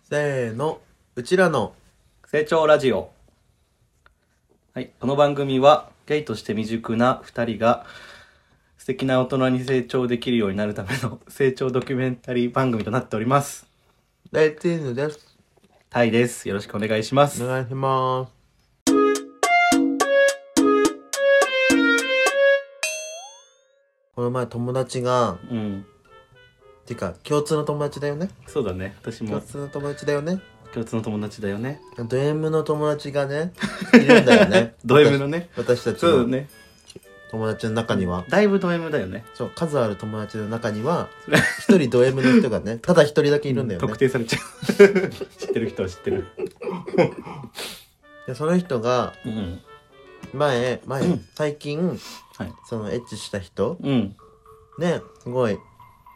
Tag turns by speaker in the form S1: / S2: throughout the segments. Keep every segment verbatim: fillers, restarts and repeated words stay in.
S1: せーの、うちらの
S2: 成長ラジオ。はい、この番組はゲイとして未熟なふたりが素敵な大人に成長できるようになるための成長ドキュメンタリー番組となっております。
S1: レイティーヌです。
S2: タイです。よろしくお願いします。
S1: お願いします。この前友達が、
S2: うん。
S1: てか共通の友達だよね。
S2: そうだね。私も
S1: 共通の友達だよね。
S2: 共通の友達だよね。
S1: ド M の友達がね、いるんだよね。
S2: ド M のね。
S1: 私たちの
S2: そうだね。
S1: 友達の中には、
S2: だいぶド M だよね。
S1: そう、数ある友達の中には、一人ド M の人がね、ただ一人だけいるんだよね。
S2: 特定されちゃう。知ってる人は知ってる。
S1: でその人が、
S2: うん。
S1: 前、前、
S2: うん
S1: 最近、
S2: はい。
S1: そのエッチした人、
S2: うん。
S1: ね、すごい、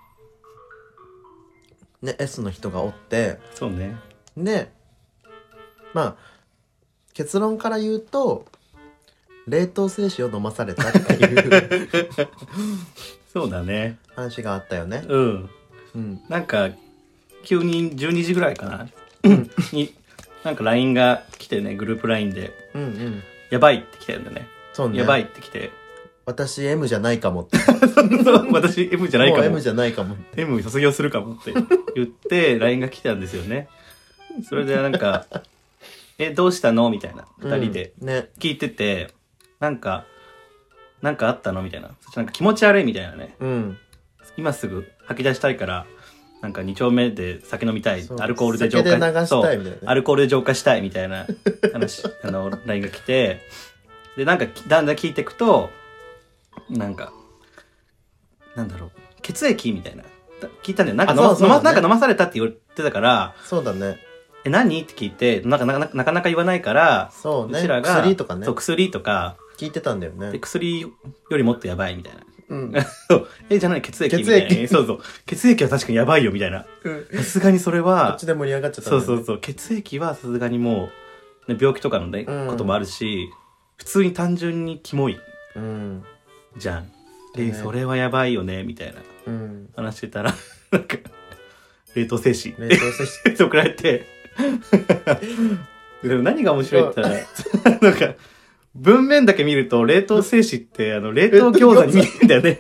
S1: ね、S の人がおって、
S2: そうね。
S1: で、まあ、結論から言うと、冷凍精子を飲まされたっていう
S2: そうだね。
S1: 話があったよね。
S2: うん。
S1: うん。
S2: なんか、急にじゅうにじぐらいかなに、なんか ライン が来てね、グループ ライン で、
S1: うんうん。
S2: やばいって来てるんだよね。
S1: そうね。
S2: やばいって来て。
S1: 私 M じゃないかもって。
S2: 私 M じゃないかも。
S1: もう M じゃないかも。
S2: M 卒業するかもって言って、ライン が来たんですよね。それでなんか、え、どうしたのみたいな。二人で
S1: うん、ね。
S2: 聞いてて、なんか、なんかあったのみたいな。そしてなんか気持ち悪いみたいなね。
S1: うん。
S2: 今すぐ吐き出したいから、なんかに丁目で酒飲みたい。
S1: そう
S2: アルコールで浄化
S1: 酒で流したいみたいなね
S2: そうアルコールで浄化したいみたいな話、あの、ライン が来て、で、なんかだんだん聞いていくと、なんか、なんだろう、血液みたいな。聞いたんだよ。なんか飲ま、
S1: そうそうだね
S2: 飲まなんか飲まされたって言ってたから、
S1: そうだね。
S2: え、何って聞いて、なんかなかなかなかなか言わないから、
S1: そうね。
S2: ちらが、
S1: 薬とかね
S2: そう、薬とか、
S1: 聞いてたんだよ
S2: で、
S1: ね。
S2: 薬よりもっとやばいみたいな。
S1: うん。
S2: そうえ、じゃない、血液みたいな。
S1: 血液
S2: そうそう。血液は確かにやばいよ、みたいな。さすがにそれ
S1: こ
S2: は
S1: っち、で盛り上がっちゃったんだよね。
S2: そうそうそう。血液はさすがにもう、ね、病気とかのね、
S1: うん
S2: こともあるし、普通に単純にキモい
S1: うん。
S2: じゃん。で、
S1: ね
S2: それはやばいよね、みたいな
S1: うん。
S2: 話してたら、なんか、冷凍精子。
S1: 冷凍精子。
S2: そう送られて、でも何が面白いって言ったら、なんか、文面だけ見ると、冷凍精子って、あの、冷凍餃子に見えるんだよね。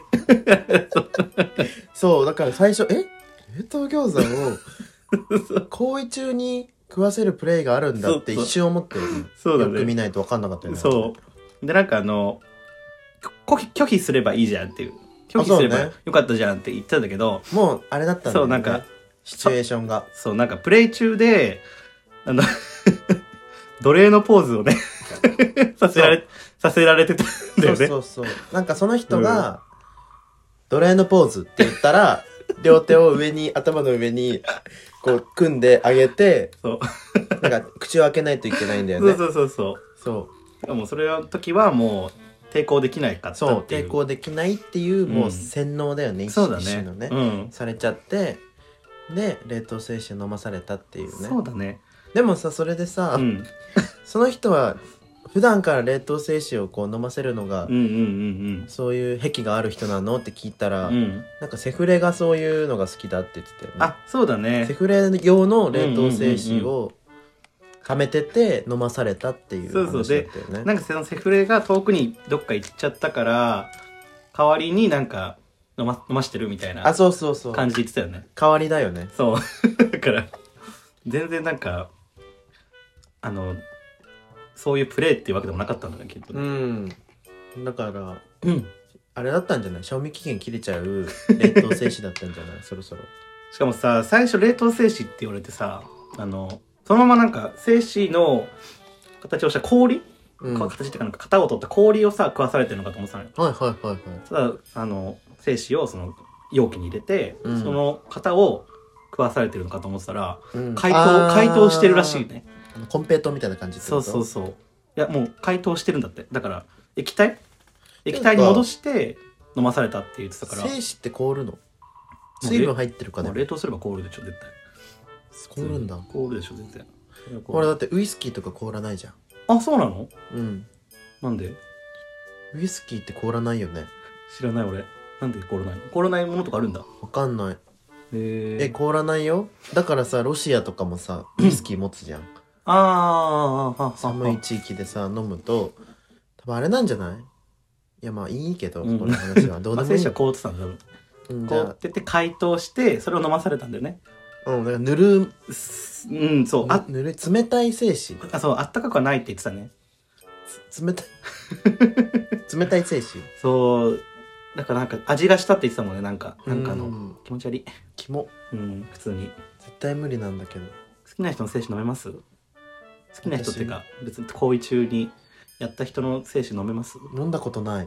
S1: そう、だから最初、え冷凍餃子を行為中に食わせるプレイがあるんだって一瞬思ってる、ね。
S2: そうだね。
S1: よく見ないと分かんなかったよね。
S2: そう。で、なんかあの、拒否拒否すればいいじゃんっていう。拒否すれば
S1: あそうね
S2: よかったじゃんって言ってたんだけど、
S1: もう、あれだったんだよね。
S2: そう、なんか、
S1: シチュエーションが。
S2: そう、なんかプレイ中で、あの、奴隷のポーズをね、させられ、させられてたんだよね。
S1: そうそうそう。なんかその人が、奴隷のポーズって言ったら、両手を上に、頭の上に、こう、組んであげて、
S2: そう。
S1: なんか、口を開けないといけないんだよね。
S2: そうそうそう
S1: そう。
S2: そう。もうそれの時はもう抵抗できないかった
S1: そう、
S2: っていう。
S1: 抵抗できないっていう、も
S2: う
S1: うん洗脳だよね、
S2: そうだね。
S1: 一種のね、
S2: うん。
S1: されちゃって、で、冷凍精子飲まされたっていうね。
S2: そうだね。
S1: でもさ、それでさ、
S2: うん。
S1: その人は、普段から冷凍精子をこう飲ませるのが、
S2: うんうんうん
S1: そういう癖がある人なのって聞いたら、
S2: うん。うん。
S1: なんかセフレがそういうのが好きだって言ってたよね。
S2: あ、そうだ
S1: セ
S2: ね。
S1: フレ用の冷凍精子
S2: うんうんうん
S1: をはめてて飲まされたっていう
S2: そうそう
S1: 話だったよね。
S2: なんかそのセフレが遠くにどっか行っちゃったから、代わりになんか飲ま飲ましてるみたい
S1: あ、
S2: な
S1: そうそうそう。
S2: 感じで言ってたよね。
S1: 代わりだよね。
S2: そう。だから、全然なんか、あの、そういうプレイっていうわけでもなかったんだね、きっと
S1: う
S2: ね。
S1: ん。だから、
S2: うん。
S1: あれだったんじゃない？賞味期限切れちゃう冷凍精子だったんじゃないそろそろ。
S2: しかもさ、最初冷凍精子って言われてさ、あの、そのままなんか精子の形をした氷、
S1: うん。はい
S2: 形っていうかなんか型を取った氷をさ、食わされてるのかと思ってたのよ。
S1: はいはいはい。
S2: ただ、あの、精子をその容器に入れて、
S1: うん
S2: その型を食わされてるのかと思ってたら、
S1: うん
S2: 解凍、
S1: あー
S2: 解凍してるらしいね。
S1: コンペイトーみたいな感じって
S2: そう
S1: こと
S2: そうそう。いや、もう解凍してるんだって。だから、液体液体に戻して飲まされたって言ってたから。
S1: 精子って凍るの？
S2: う
S1: 水分入ってるかね
S2: もう。冷凍すれば凍るでしょ、絶対。
S1: 凍るんだ。
S2: 凍るでしょ、全然。
S1: これだってウイスキーとか凍らないじゃん。
S2: あ、そうなの？
S1: うん。
S2: なんで？
S1: ウイスキーって凍らないよね。
S2: 知らない俺。なんで凍らないの？凍らないものとかあるんだ。
S1: わかんない。
S2: へ
S1: え、凍らないよ。だからさ、ロシアとかもさ、ウイスキー持つじゃん。
S2: あー、あ、
S1: 寒い地域でさ、飲むと、多分あれなんじゃない？いや、まあいいけど、
S2: うん
S1: この話は。どう
S2: まあ、
S1: でもいい。
S2: 選手は凍ってたんだよ。
S1: うん、じゃ
S2: 凍ってて解凍してそれを飲まされたんだよね。
S1: あ、うん、だからぬる、
S2: すうんそうあ
S1: ぬぬる、冷たい精子。
S2: あそうあったかくはないって言ってたね。
S1: つ冷たい。冷たい精子。
S2: そうだからなんか味がしたって言ってたもんね。なんかなんかあの
S1: うん
S2: 気持ち悪い。
S1: キモ。
S2: うん普通に
S1: 絶対無理なんだけど。
S2: 好きな人の精子飲めます？好きな人っていうか別に行為中にやった人の精子飲めます？
S1: 飲んだことない。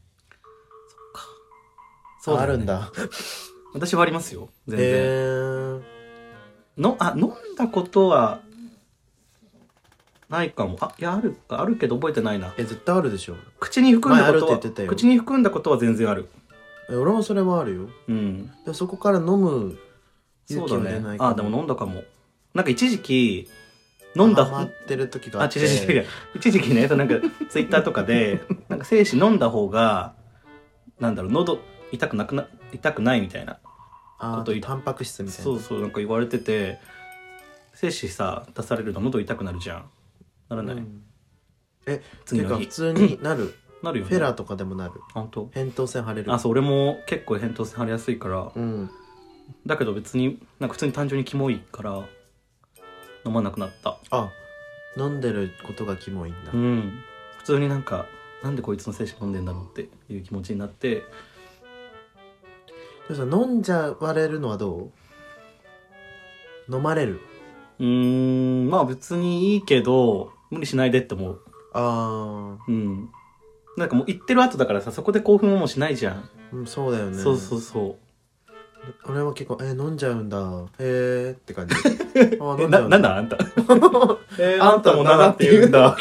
S2: そうだよね
S1: あるんだ。
S2: 私はありますよ全然。
S1: へー。
S2: のあ飲んだことはないかも。あいやあるあるけど覚えてないな。
S1: え、絶対あるでしょ。
S2: 口に含んだこと
S1: 前ある
S2: は
S1: って言ってたよ
S2: 口に含んだことは全然ある。
S1: え、俺もそれはあるよ。
S2: うん
S1: でそこから飲む勇気
S2: そうだね
S1: は出ないかも。
S2: あでも飲んだかも。なんか一時期飲んだ
S1: ハマってる時が
S2: あ
S1: あって。
S2: 違う違う違う一時期ねなんかツイッターとかでなんか精子飲んだ方がなんだろう喉痛くなくな痛くないみたいな
S1: あ
S2: こと言
S1: ータンパク質みたいな。
S2: そうそうなんか言われてて、精子さ出されると喉痛くなるじゃん。ならない、
S1: うんえ、
S2: 次の日
S1: てか普通になる。
S2: なるよね。
S1: フェラーとかでもなる。
S2: 本当
S1: 扁桃腺腫れる。
S2: あそう俺も結構扁桃腺腫れやすいから
S1: うん。
S2: だけど別になんか普通に単純にキモいから飲まなくなった。
S1: あ、飲んでることがキモいんだ。
S2: うん普通になんかなんでこいつの精子飲んでんだろうっていう気持ちになって。
S1: でもさ、飲んじゃわれるのはどう？飲まれる。
S2: うーんまあ別にいいけど無理しないでって思う。
S1: あ
S2: うんなんかもう言ってる後だからさそこで興奮ももうしないじゃん、
S1: ー、うん、そうだよね。
S2: そうそうそ
S1: 俺は結構、え、飲んじゃうんだ。へーって感じ。あ、
S2: うえな
S1: 飲んじゃうんだ。
S2: なんだあんたえー、あんたもなって言うんだ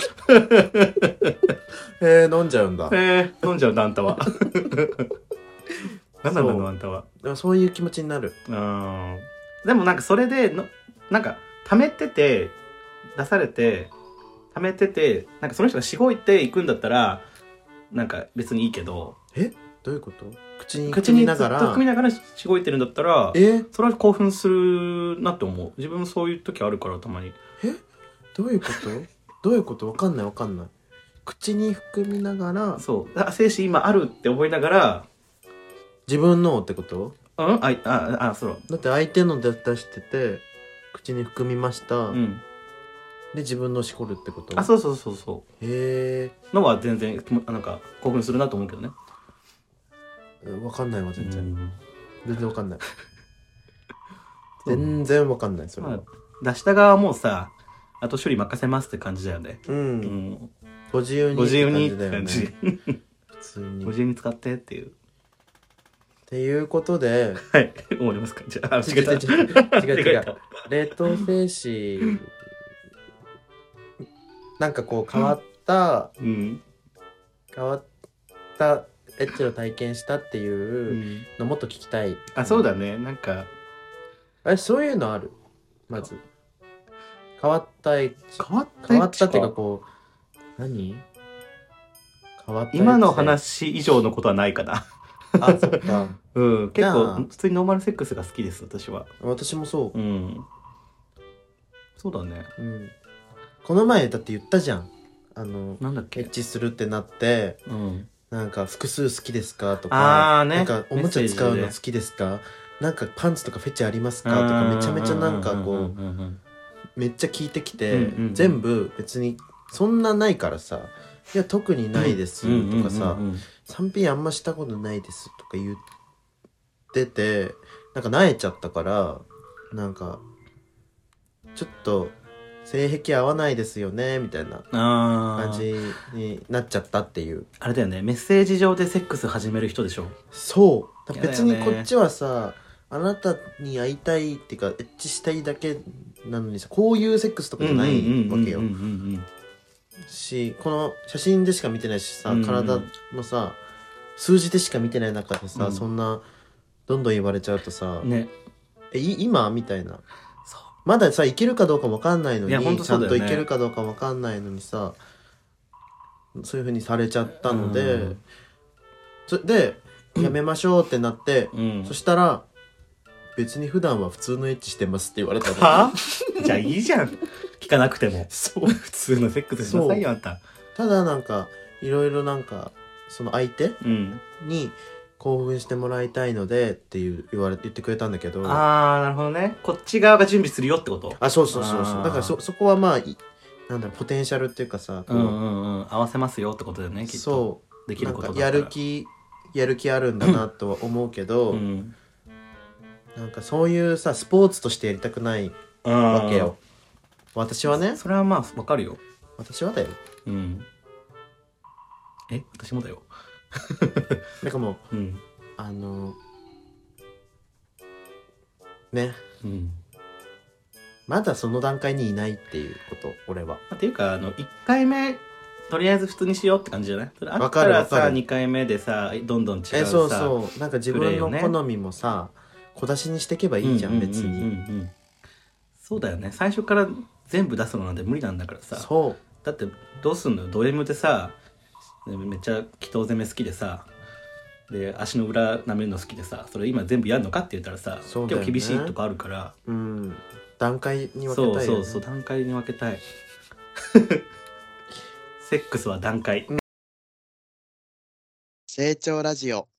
S1: へー、飲んじゃうんだ。
S2: えー、飲んじゃうんだあんたは何なんだ
S1: そう
S2: ろうあんたは。
S1: でもそういう気持ちになる。
S2: うんでもなんかそれでのなんか溜めてて出されて溜めててなんかその人がしごいていくんだったらなんか別にいいけど、
S1: え、どういうこと？口に
S2: 口
S1: 含みなが
S2: にずっと含み
S1: ら。
S2: ながらしごいてるんだったら
S1: え
S2: それは興奮するなって思う。自分もそういう時あるからたまに。
S1: どういうことどういうこと？わかんないわかんない。口に含みながら、
S2: そうあ精子今あるって思いながら
S1: 自分のってこと？
S2: うんあいああそう
S1: だって相手の出してて、口に含みました。
S2: うん
S1: で、自分のしこるってこと？
S2: あそうそうそうそ
S1: へ
S2: うのは全然なんか興奮するなと思うけどね。
S1: ー。わかんないわ、全然。
S2: うん
S1: 全然わかんない。
S2: そう
S1: 全然わかんない、それは。
S2: まあ出した側はもうさ後処理任せますって感じだよね。
S1: う。
S2: うんん
S1: ご自由に
S2: ご自由にっ
S1: ってて感
S2: 感じ
S1: じだよね。普通に。っ
S2: ご自由に使ってっていう
S1: ていうことで、
S2: はい終わりますかじゃあ。あ
S1: 違う違う違う違う違う。冷凍精子、なんかこう変わった、
S2: うん、
S1: 変わったエッチの体験したっていうのもっと聞きたい。
S2: あそうだねなんか
S1: え、そういうのある？まず。変わったエッチ。
S2: 変わった
S1: 変わったっていうかこう、何？変わったエッチで
S2: 今の話以上のことはないかな。
S1: あ、そっか。
S2: うん結
S1: じゃあ
S2: 構普通にノーマルセックスが好きです私は。
S1: 私もそう。
S2: うんそうだね。
S1: うん。この前だって言ったじゃん。あの、
S2: なんだっけ。
S1: エッチするってなって、
S2: うん
S1: なんか複数好きですかとか、
S2: あーね
S1: なんかおもちゃ使うの好きですか、なんかパンツとかフェチありますかとかめちゃめちゃなんかこう、
S2: う
S1: めっちゃ聞いてきて、
S2: うんうんうん
S1: 全部別にそんなないからさ、いや特にないですとかさ、さんピー あんましたことないですとか言ってて、なんか萎えちゃったから、なんか、ちょっと性癖合わないですよね、みたいな感じになっちゃったっていう。
S2: あれだよねメッセージ上でセックス始める人でしょ。
S1: そう。
S2: やだよね
S1: 別にこっちはさ、あなたに会いたいっていうか、エッチしたいだけなのにさ、こういうセックスとかじゃないわけよ。し、この写真でしか見てないしさ、
S2: うんうん
S1: 体のさ、数字でしか見てない中でさ、
S2: うん
S1: そんな、どんどん言われちゃうとさ、
S2: ね
S1: え、い今みたいな。
S2: そ
S1: まださ、いけるかどうかもわかんないの
S2: いやほん
S1: に、ちゃ
S2: とそうんだよね
S1: といけるかどうかわかんないのにさ、そういう風にされちゃったので、
S2: うん
S1: そで、やめましょうってなって、
S2: う、うん、
S1: そしたら、 別に普段は普通のエッチしてますって言われたの。
S2: はじゃあいいじゃん。聞かなくても。
S1: そう
S2: 普通のセックスしなさいよ、あんた。
S1: ただなんかいろいろなんかその相手
S2: うん。
S1: に興奮してもらいたいのでっていう言われ言ってくれたんだけど、
S2: あー、なるほどね。こっち側が準備するよってこと。
S1: あそうそうそうそう
S2: あー
S1: だからそそこはまあいなんだろうポテンシャルっていうかさ、こう
S2: うんうんうん。合わせますよってことだよね、きっと。
S1: そう
S2: できることだ
S1: なんかやる気やる気あるんだなとは思うけど、
S2: うん。
S1: なんかそういうさスポーツとしてやりたくないわけよ。私はね
S2: それはまあ、わかるよ。
S1: 私はだよ。
S2: うん。え私もだよ。
S1: なんかもう
S2: うん。
S1: あのね
S2: うん。
S1: まだその段階にいないっていうこと俺は。
S2: っていうか、あの、いっかいめ、とりあえず普通にしようって感じじゃない？それあ
S1: わ
S2: ったらさ、
S1: かるわかる
S2: にかいめでさ、どんどん違うさ。
S1: えそうそうなんか自分の
S2: プレイをね
S1: 好みもさ小出しにしていけばいいじゃん、別に、
S2: うんうんうんうんそうだよね。最初から全部出すのなんて無理なんだからさ。
S1: そう
S2: だってどうすんのよ。ド M でさ、ねめっちゃ祈祷攻め好きでさ、で足の裏舐めるの好きでさ、それ今全部やるのかって言ったらさ、
S1: そうだよね
S2: 結構厳しいとこあるから。
S1: うん段階に分けたいよね。
S2: そうそうそう、段階に分けたい。セックスは段階。
S1: 成長ラジオ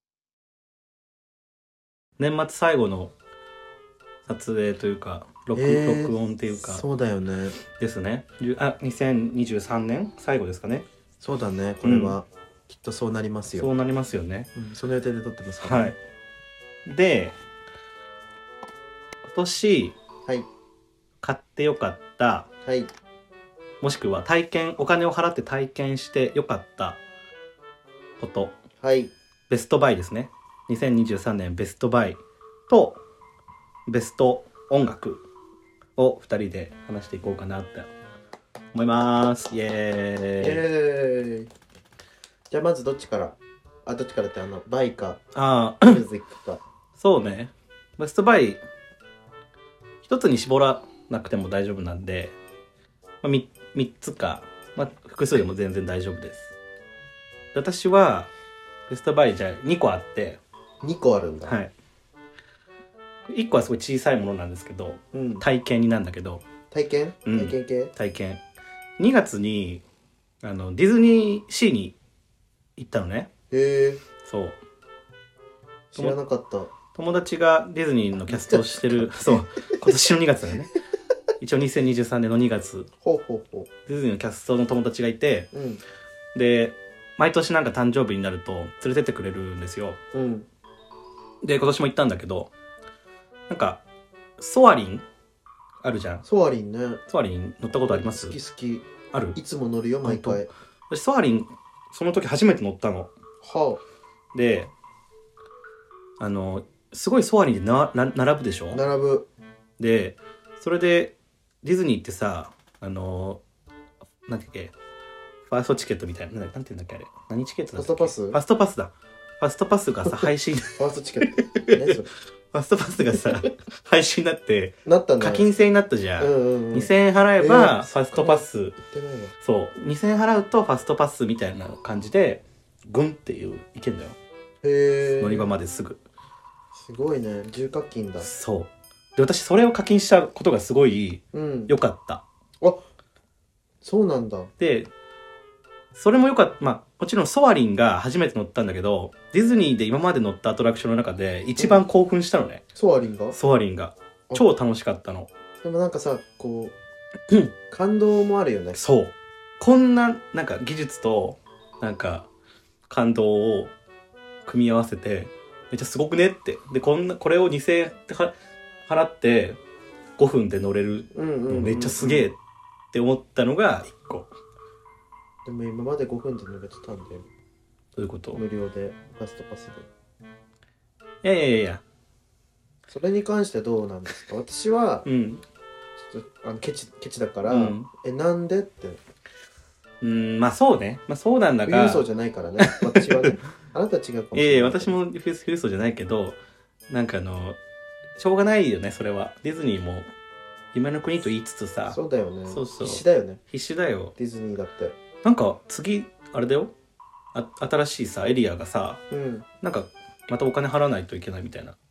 S2: 年末最後の撮影というか録、
S1: えー
S2: 録音っていうか
S1: そうだよね
S2: ですね。あ、にせんにじゅうさんねん最後ですかね。
S1: そうだねこれは、きっとそうなりますよ。
S2: そうなりますよね。
S1: うん、その予定で撮ってますから、
S2: はい。で、今年
S1: はい
S2: 買ってよかった
S1: はい
S2: もしくは体験お金を払って体験してよかったこと
S1: はい
S2: ベストバイですね。にせんにじゅうさんねんベストバイとベスト音楽をふたりで話していこうかなって思います。イエーイ。
S1: えーイじゃあまずどっちからあどっちからってあのバイか
S2: ああ
S1: ミュージックか
S2: そうね。ベストバイ一つに絞らなくても大丈夫なんで、まあ、みみっつか、まあ、複数でも全然大丈夫です。で私はベストバイじゃあにこあって、
S1: にこあるんだ。
S2: はいいっこはすごい小さいものなんですけど、
S1: うん、
S2: 体験になんだけど、
S1: 体験
S2: うん
S1: 体験系、
S2: 体験にがつにあのディズニーシーに行ったのね。
S1: へえ
S2: そう
S1: 知らなかった。
S2: 友達がディズニーのキャストをしてるそう今年のにがつだよね。一応にせんにじゅうさんねんのにがつ
S1: ほうほうほ
S2: ディズニーのキャストの友達がいて、
S1: ううん
S2: で毎年なんか誕生日になると連れてってくれるんですよ。
S1: うん
S2: で今年も行ったんだけど、なんかソアリンあるじゃん。
S1: ソアリンね
S2: ソアリン乗ったことあります
S1: 好き好き
S2: ある
S1: いつも乗るよ毎回。
S2: 私ソアリンその時初めて乗ったの
S1: は
S2: で、あのすごいソアリンでなな並ぶでしょ。
S1: あ並ぶ。
S2: でそれでディズニーってさ、あのなんていうっけファーストチケットみたいな、なんていうんだっけあれ、何チケットだっけ。
S1: ファストパス
S2: ファストパスだ。ファストパスがさ配信
S1: ファーストチケット何それ
S2: ファストパスがさ配信になって
S1: なったんだ
S2: 課金制になったじゃん、
S1: うんうんうん、
S2: にせんえん払え
S1: え
S2: ば
S1: ー
S2: ファストパス、
S1: 言ってないわ。
S2: そうにせんえん払うとファストパスみたいな感じでグンっていういけんだよ、
S1: へえ
S2: 乗り場まですぐ。
S1: すごいね重課金だ。
S2: そうで私それを課金したことがすごい
S1: うん
S2: 良かった。
S1: あそうなんだ。
S2: でそれも良かった。まあもちろんソアリンが初めて乗ったんだけど、ディズニーで今まで乗ったアトラクションの中で一番興奮したのね、
S1: ソアリンが。
S2: ソアリンが超楽しかったの。
S1: でもなんかさこう、うん、感動もあるよね。
S2: そうこんななんか技術となんか感動を組み合わせてめっちゃすごくねって。でこんなこれをにせんえん払ってごふんで乗れるのめっちゃすげえって思ったのがいっこ。
S1: でも今までごふんで乗れてたんだよ。
S2: どういうこと？
S1: 無料でファストパス
S2: い
S1: で。
S2: やいやいやいや
S1: それに関してどうなんですか。私は
S2: うん
S1: ちょっとあのケチケチだから、
S2: うん、
S1: えなんでって
S2: うんまあそうね、まあそうなんだ
S1: 富
S2: が
S1: 裕層じゃないからね私はねあなたは違うかもしれない。
S2: いやいや私も富裕層じゃないけど、なんかあのしょうがないよねそれは。ディズニーも夢の国と言いつつさ、
S1: そうだよね。
S2: そうそう
S1: 必死だよね。
S2: 必死だよ。
S1: ディズニーだって
S2: なんか次あれだよ、あ新しいさエリアがさ、
S1: うん
S2: なんかまたお金払わないといけないみたいな。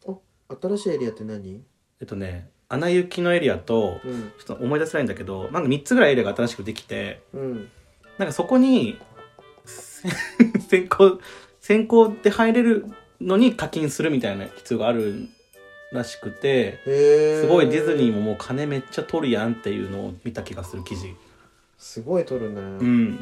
S1: 新しいエリアって何？
S2: えっとねアナ雪のエリアと、
S1: うん。
S2: ちょっと思い出せないんだけど、なんかみっつぐらいエリアが新しくできて、
S1: うん。
S2: なんかそこにせ先行先行で入れるのに課金するみたいな必要があるらしくて、
S1: へー。
S2: すごいディズニーももう金めっちゃ取るやんっていうのを見た気がする記事。
S1: すごい撮るね。
S2: うん。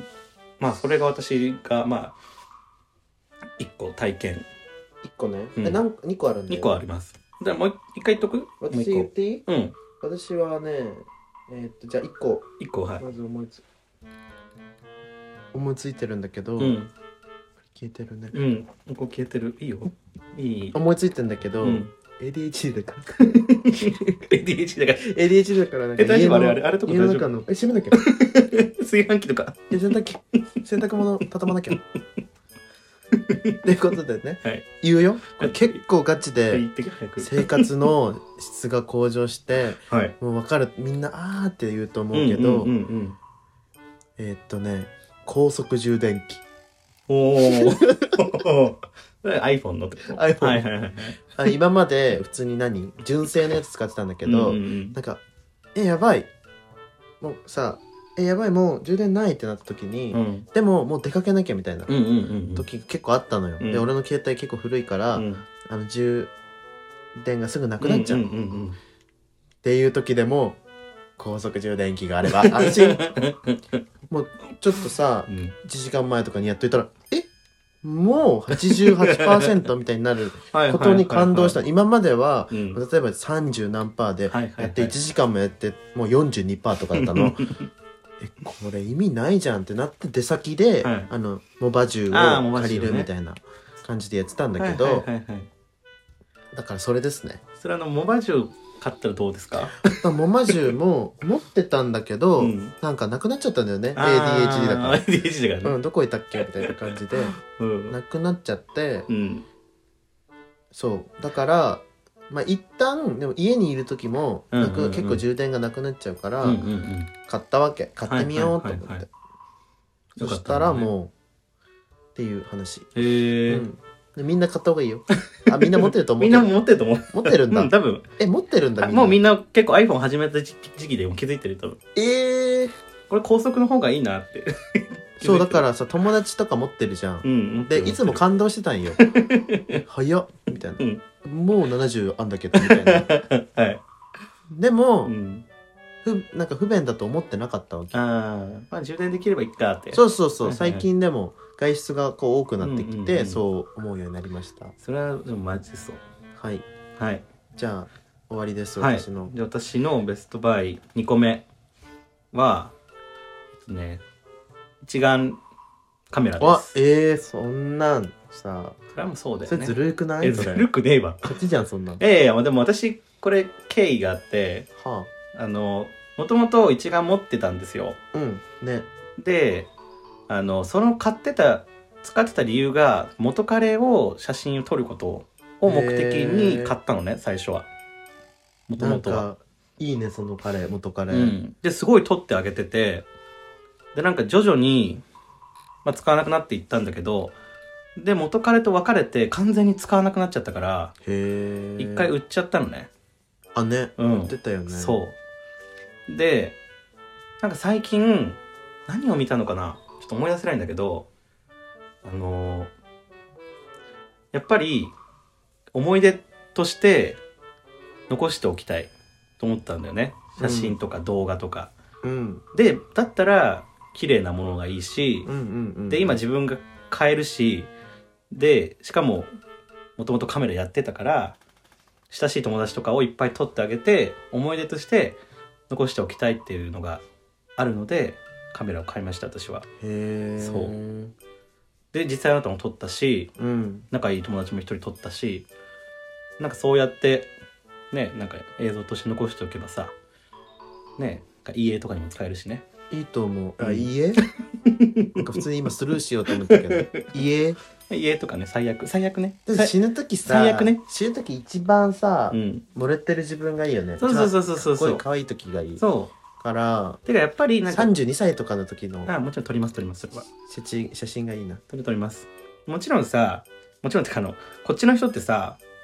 S2: まあそれが私がまあいっこ体験。
S1: いっこね。
S2: うん
S1: え、なんかにこあるんだよ。
S2: にこあります。じゃあもういっかい言っとく？もう
S1: 私
S2: いっこ。
S1: 言っていい？
S2: うん。
S1: 私はね、えーっと、じゃあいっこ、
S2: いっこはい。
S1: まず思いつ、思いついてるんだけど、
S2: うん。
S1: 消えてるね。
S2: うん。ここ消えてる。いいよ。いい。
S1: 思いついてんだけど、
S2: うん。
S1: エーディーエイチディー だから。
S2: エーディーエイチディー だか
S1: エーディーエイチディー だからなんか
S2: え大丈夫
S1: 家の
S2: あれあれあれとか
S1: 家の
S2: 大丈夫
S1: 中の、え、閉めなきゃ。
S2: ら。炊飯器とか。
S1: え、洗濯機、洗濯物畳まなきゃ。っていうことでね、
S2: はい。
S1: 言うよ。これ結構ガチ
S2: はい
S1: で
S2: 言ってく早く。
S1: 生活の質が向上して
S2: はい。
S1: もう分かる、みんなあーって言うと思うけど、
S2: うんうんうんうん、
S1: えーっとね高速充電器。
S2: おお。iPhone のってこと？
S1: iPhone
S2: はいはいはいはい。
S1: あ、今まで普通に何純正のやつ使ってたんだけど、
S2: うんうんうん
S1: なんかえやばいもうさえやばいもう充電ないってなった時に、
S2: うん
S1: でももう出かけなきゃみたいな
S2: うんうんうん
S1: 時結構あったのよ、
S2: うん
S1: で俺の携帯結構古いから、
S2: うん
S1: あの充電がすぐなくなっちゃう、
S2: うんうんうん
S1: っていう時でも高速充電器があれば安心。もうちょっとさ
S2: うん
S1: いちじかんまえとかにやっといたらえもう はちじゅうはちパーセント みたいになることに感動した。今までは、
S2: うん、
S1: 例えばさんじゅう何パーで
S2: はいはいはい
S1: やっていちじかんもやってもうよんじゅうにパーとかだったの。えこれ意味ないじゃんってなって出先で、
S2: はい
S1: あのモバ充
S2: あーモ
S1: を借
S2: バ充ね
S1: りるみたいな感じでやってたんだけど、
S2: はいはいはいはい、
S1: だからそれですね。
S2: それあのモバ充買ったらどうですか？
S1: まあモバ充も持ってたんだけど、
S2: うん
S1: なんかなくなっちゃったんだよね。 エーデ
S2: あ
S1: ィーエイチディー だから。
S2: エーディーエイチディー だからね、
S1: うん、どこいたっけみたいな感じで
S2: うん
S1: なくなっちゃって、
S2: うん
S1: そうだからまあ一旦でも家にいる時もなく、
S2: うんうんうん
S1: 結構充電がなくなっちゃうから、
S2: うんうんうん
S1: 買ったわけ。買ってみようと思って、
S2: はいはいはいはい
S1: そしたらもうっていう話、
S2: へえ、
S1: うんでみんな買った方がいいよ。あみんな持ってると思う
S2: みんな持ってると思う。
S1: 持ってるんだ、
S2: うん、多分
S1: え持ってるんだ
S2: あ
S1: みんな。
S2: もうみんな結構 iPhone 始めた時時期でも気づいてると思う。
S1: えー、
S2: これ高速の方がいいなって
S1: そうだからさ友達とか持ってるじゃん、
S2: うん
S1: でいつも感動してたんよ。早っみたいな、
S2: うん
S1: もうななじゅうあんだけどみたいな。
S2: はい、
S1: でも、
S2: うん、
S1: ふなんか不便だと思ってなかったわけ。
S2: ああまあ充電できればいいかって
S1: そうそうそう、
S2: はいはいはい
S1: 最近でも外出がこう多くなってきて、
S2: うんうんうん
S1: そう思うようになりました。
S2: それはでもマジでそう。
S1: はい
S2: はい
S1: じゃあ終わりです、
S2: はい
S1: 私の。
S2: じゃあ私のベストバイにこめはえっとね一眼カメラで
S1: あ
S2: す。
S1: えー、そんなんさ
S2: それはもうそうだよね。
S1: それずるくない？
S2: えず
S1: それ
S2: るくねえわ。
S1: 勝ちじゃんそんなん。
S2: いやいやまあでも私これ経緯があって
S1: は
S2: あのもともと一眼持ってたんですよ。
S1: あうんね
S2: であのその買ってた使ってた理由が元彼を写真を撮ることを目的に買ったのね最初は。もと
S1: なん
S2: もとは。
S1: かいいねその彼元彼、
S2: うん、ですごい撮ってあげててでなんか徐々に、まあ、使わなくなっていったんだけどで元彼と別れて完全に使わなくなっちゃったから
S1: へえ
S2: 一回売っちゃったのね。
S1: あね
S2: うん
S1: 言ってたよね。
S2: そうでなんか最近何を見たのかなちょっと思い出せないんだけどあのーやっぱり思い出として残しておきたいと思ったんだよね。写真とか動画とか、
S1: うん
S2: でだったら綺麗なものがいいし、
S1: うんうんうん
S2: で今自分が買えるしでしかももともとカメラやってたから親しい友達とかをいっぱい撮ってあげて思い出として残しておきたいっていうのがあるのでカメラを買いました私は。
S1: へえ
S2: そうで実際あなたも撮ったし
S1: うん
S2: 仲いい友達も一人撮ったしなんかそうやってねなんか映像として残しておけばさね家とかにも使えるしね。
S1: いいと思う。あ、
S2: うん
S1: 家なんか普通に今スルーしようと思ったけど家
S2: 家とかね最悪最悪ね
S1: でも死ぬ時さ
S2: 最悪ね
S1: 死ぬ時一番さ、
S2: うん
S1: 漏れてる自分がいいよね。
S2: そうそうそうそうそう
S1: 一番かっこいい可愛い時がいい
S2: そ
S1: から
S2: うてかやっぱりなんか
S1: さんじゅうにさいとかの時の
S2: あもちろん撮ります撮りますそれは
S1: 写真写真がいいな。
S2: 撮る撮ります。もちろんさもちろんってかあのこっちの人ってさ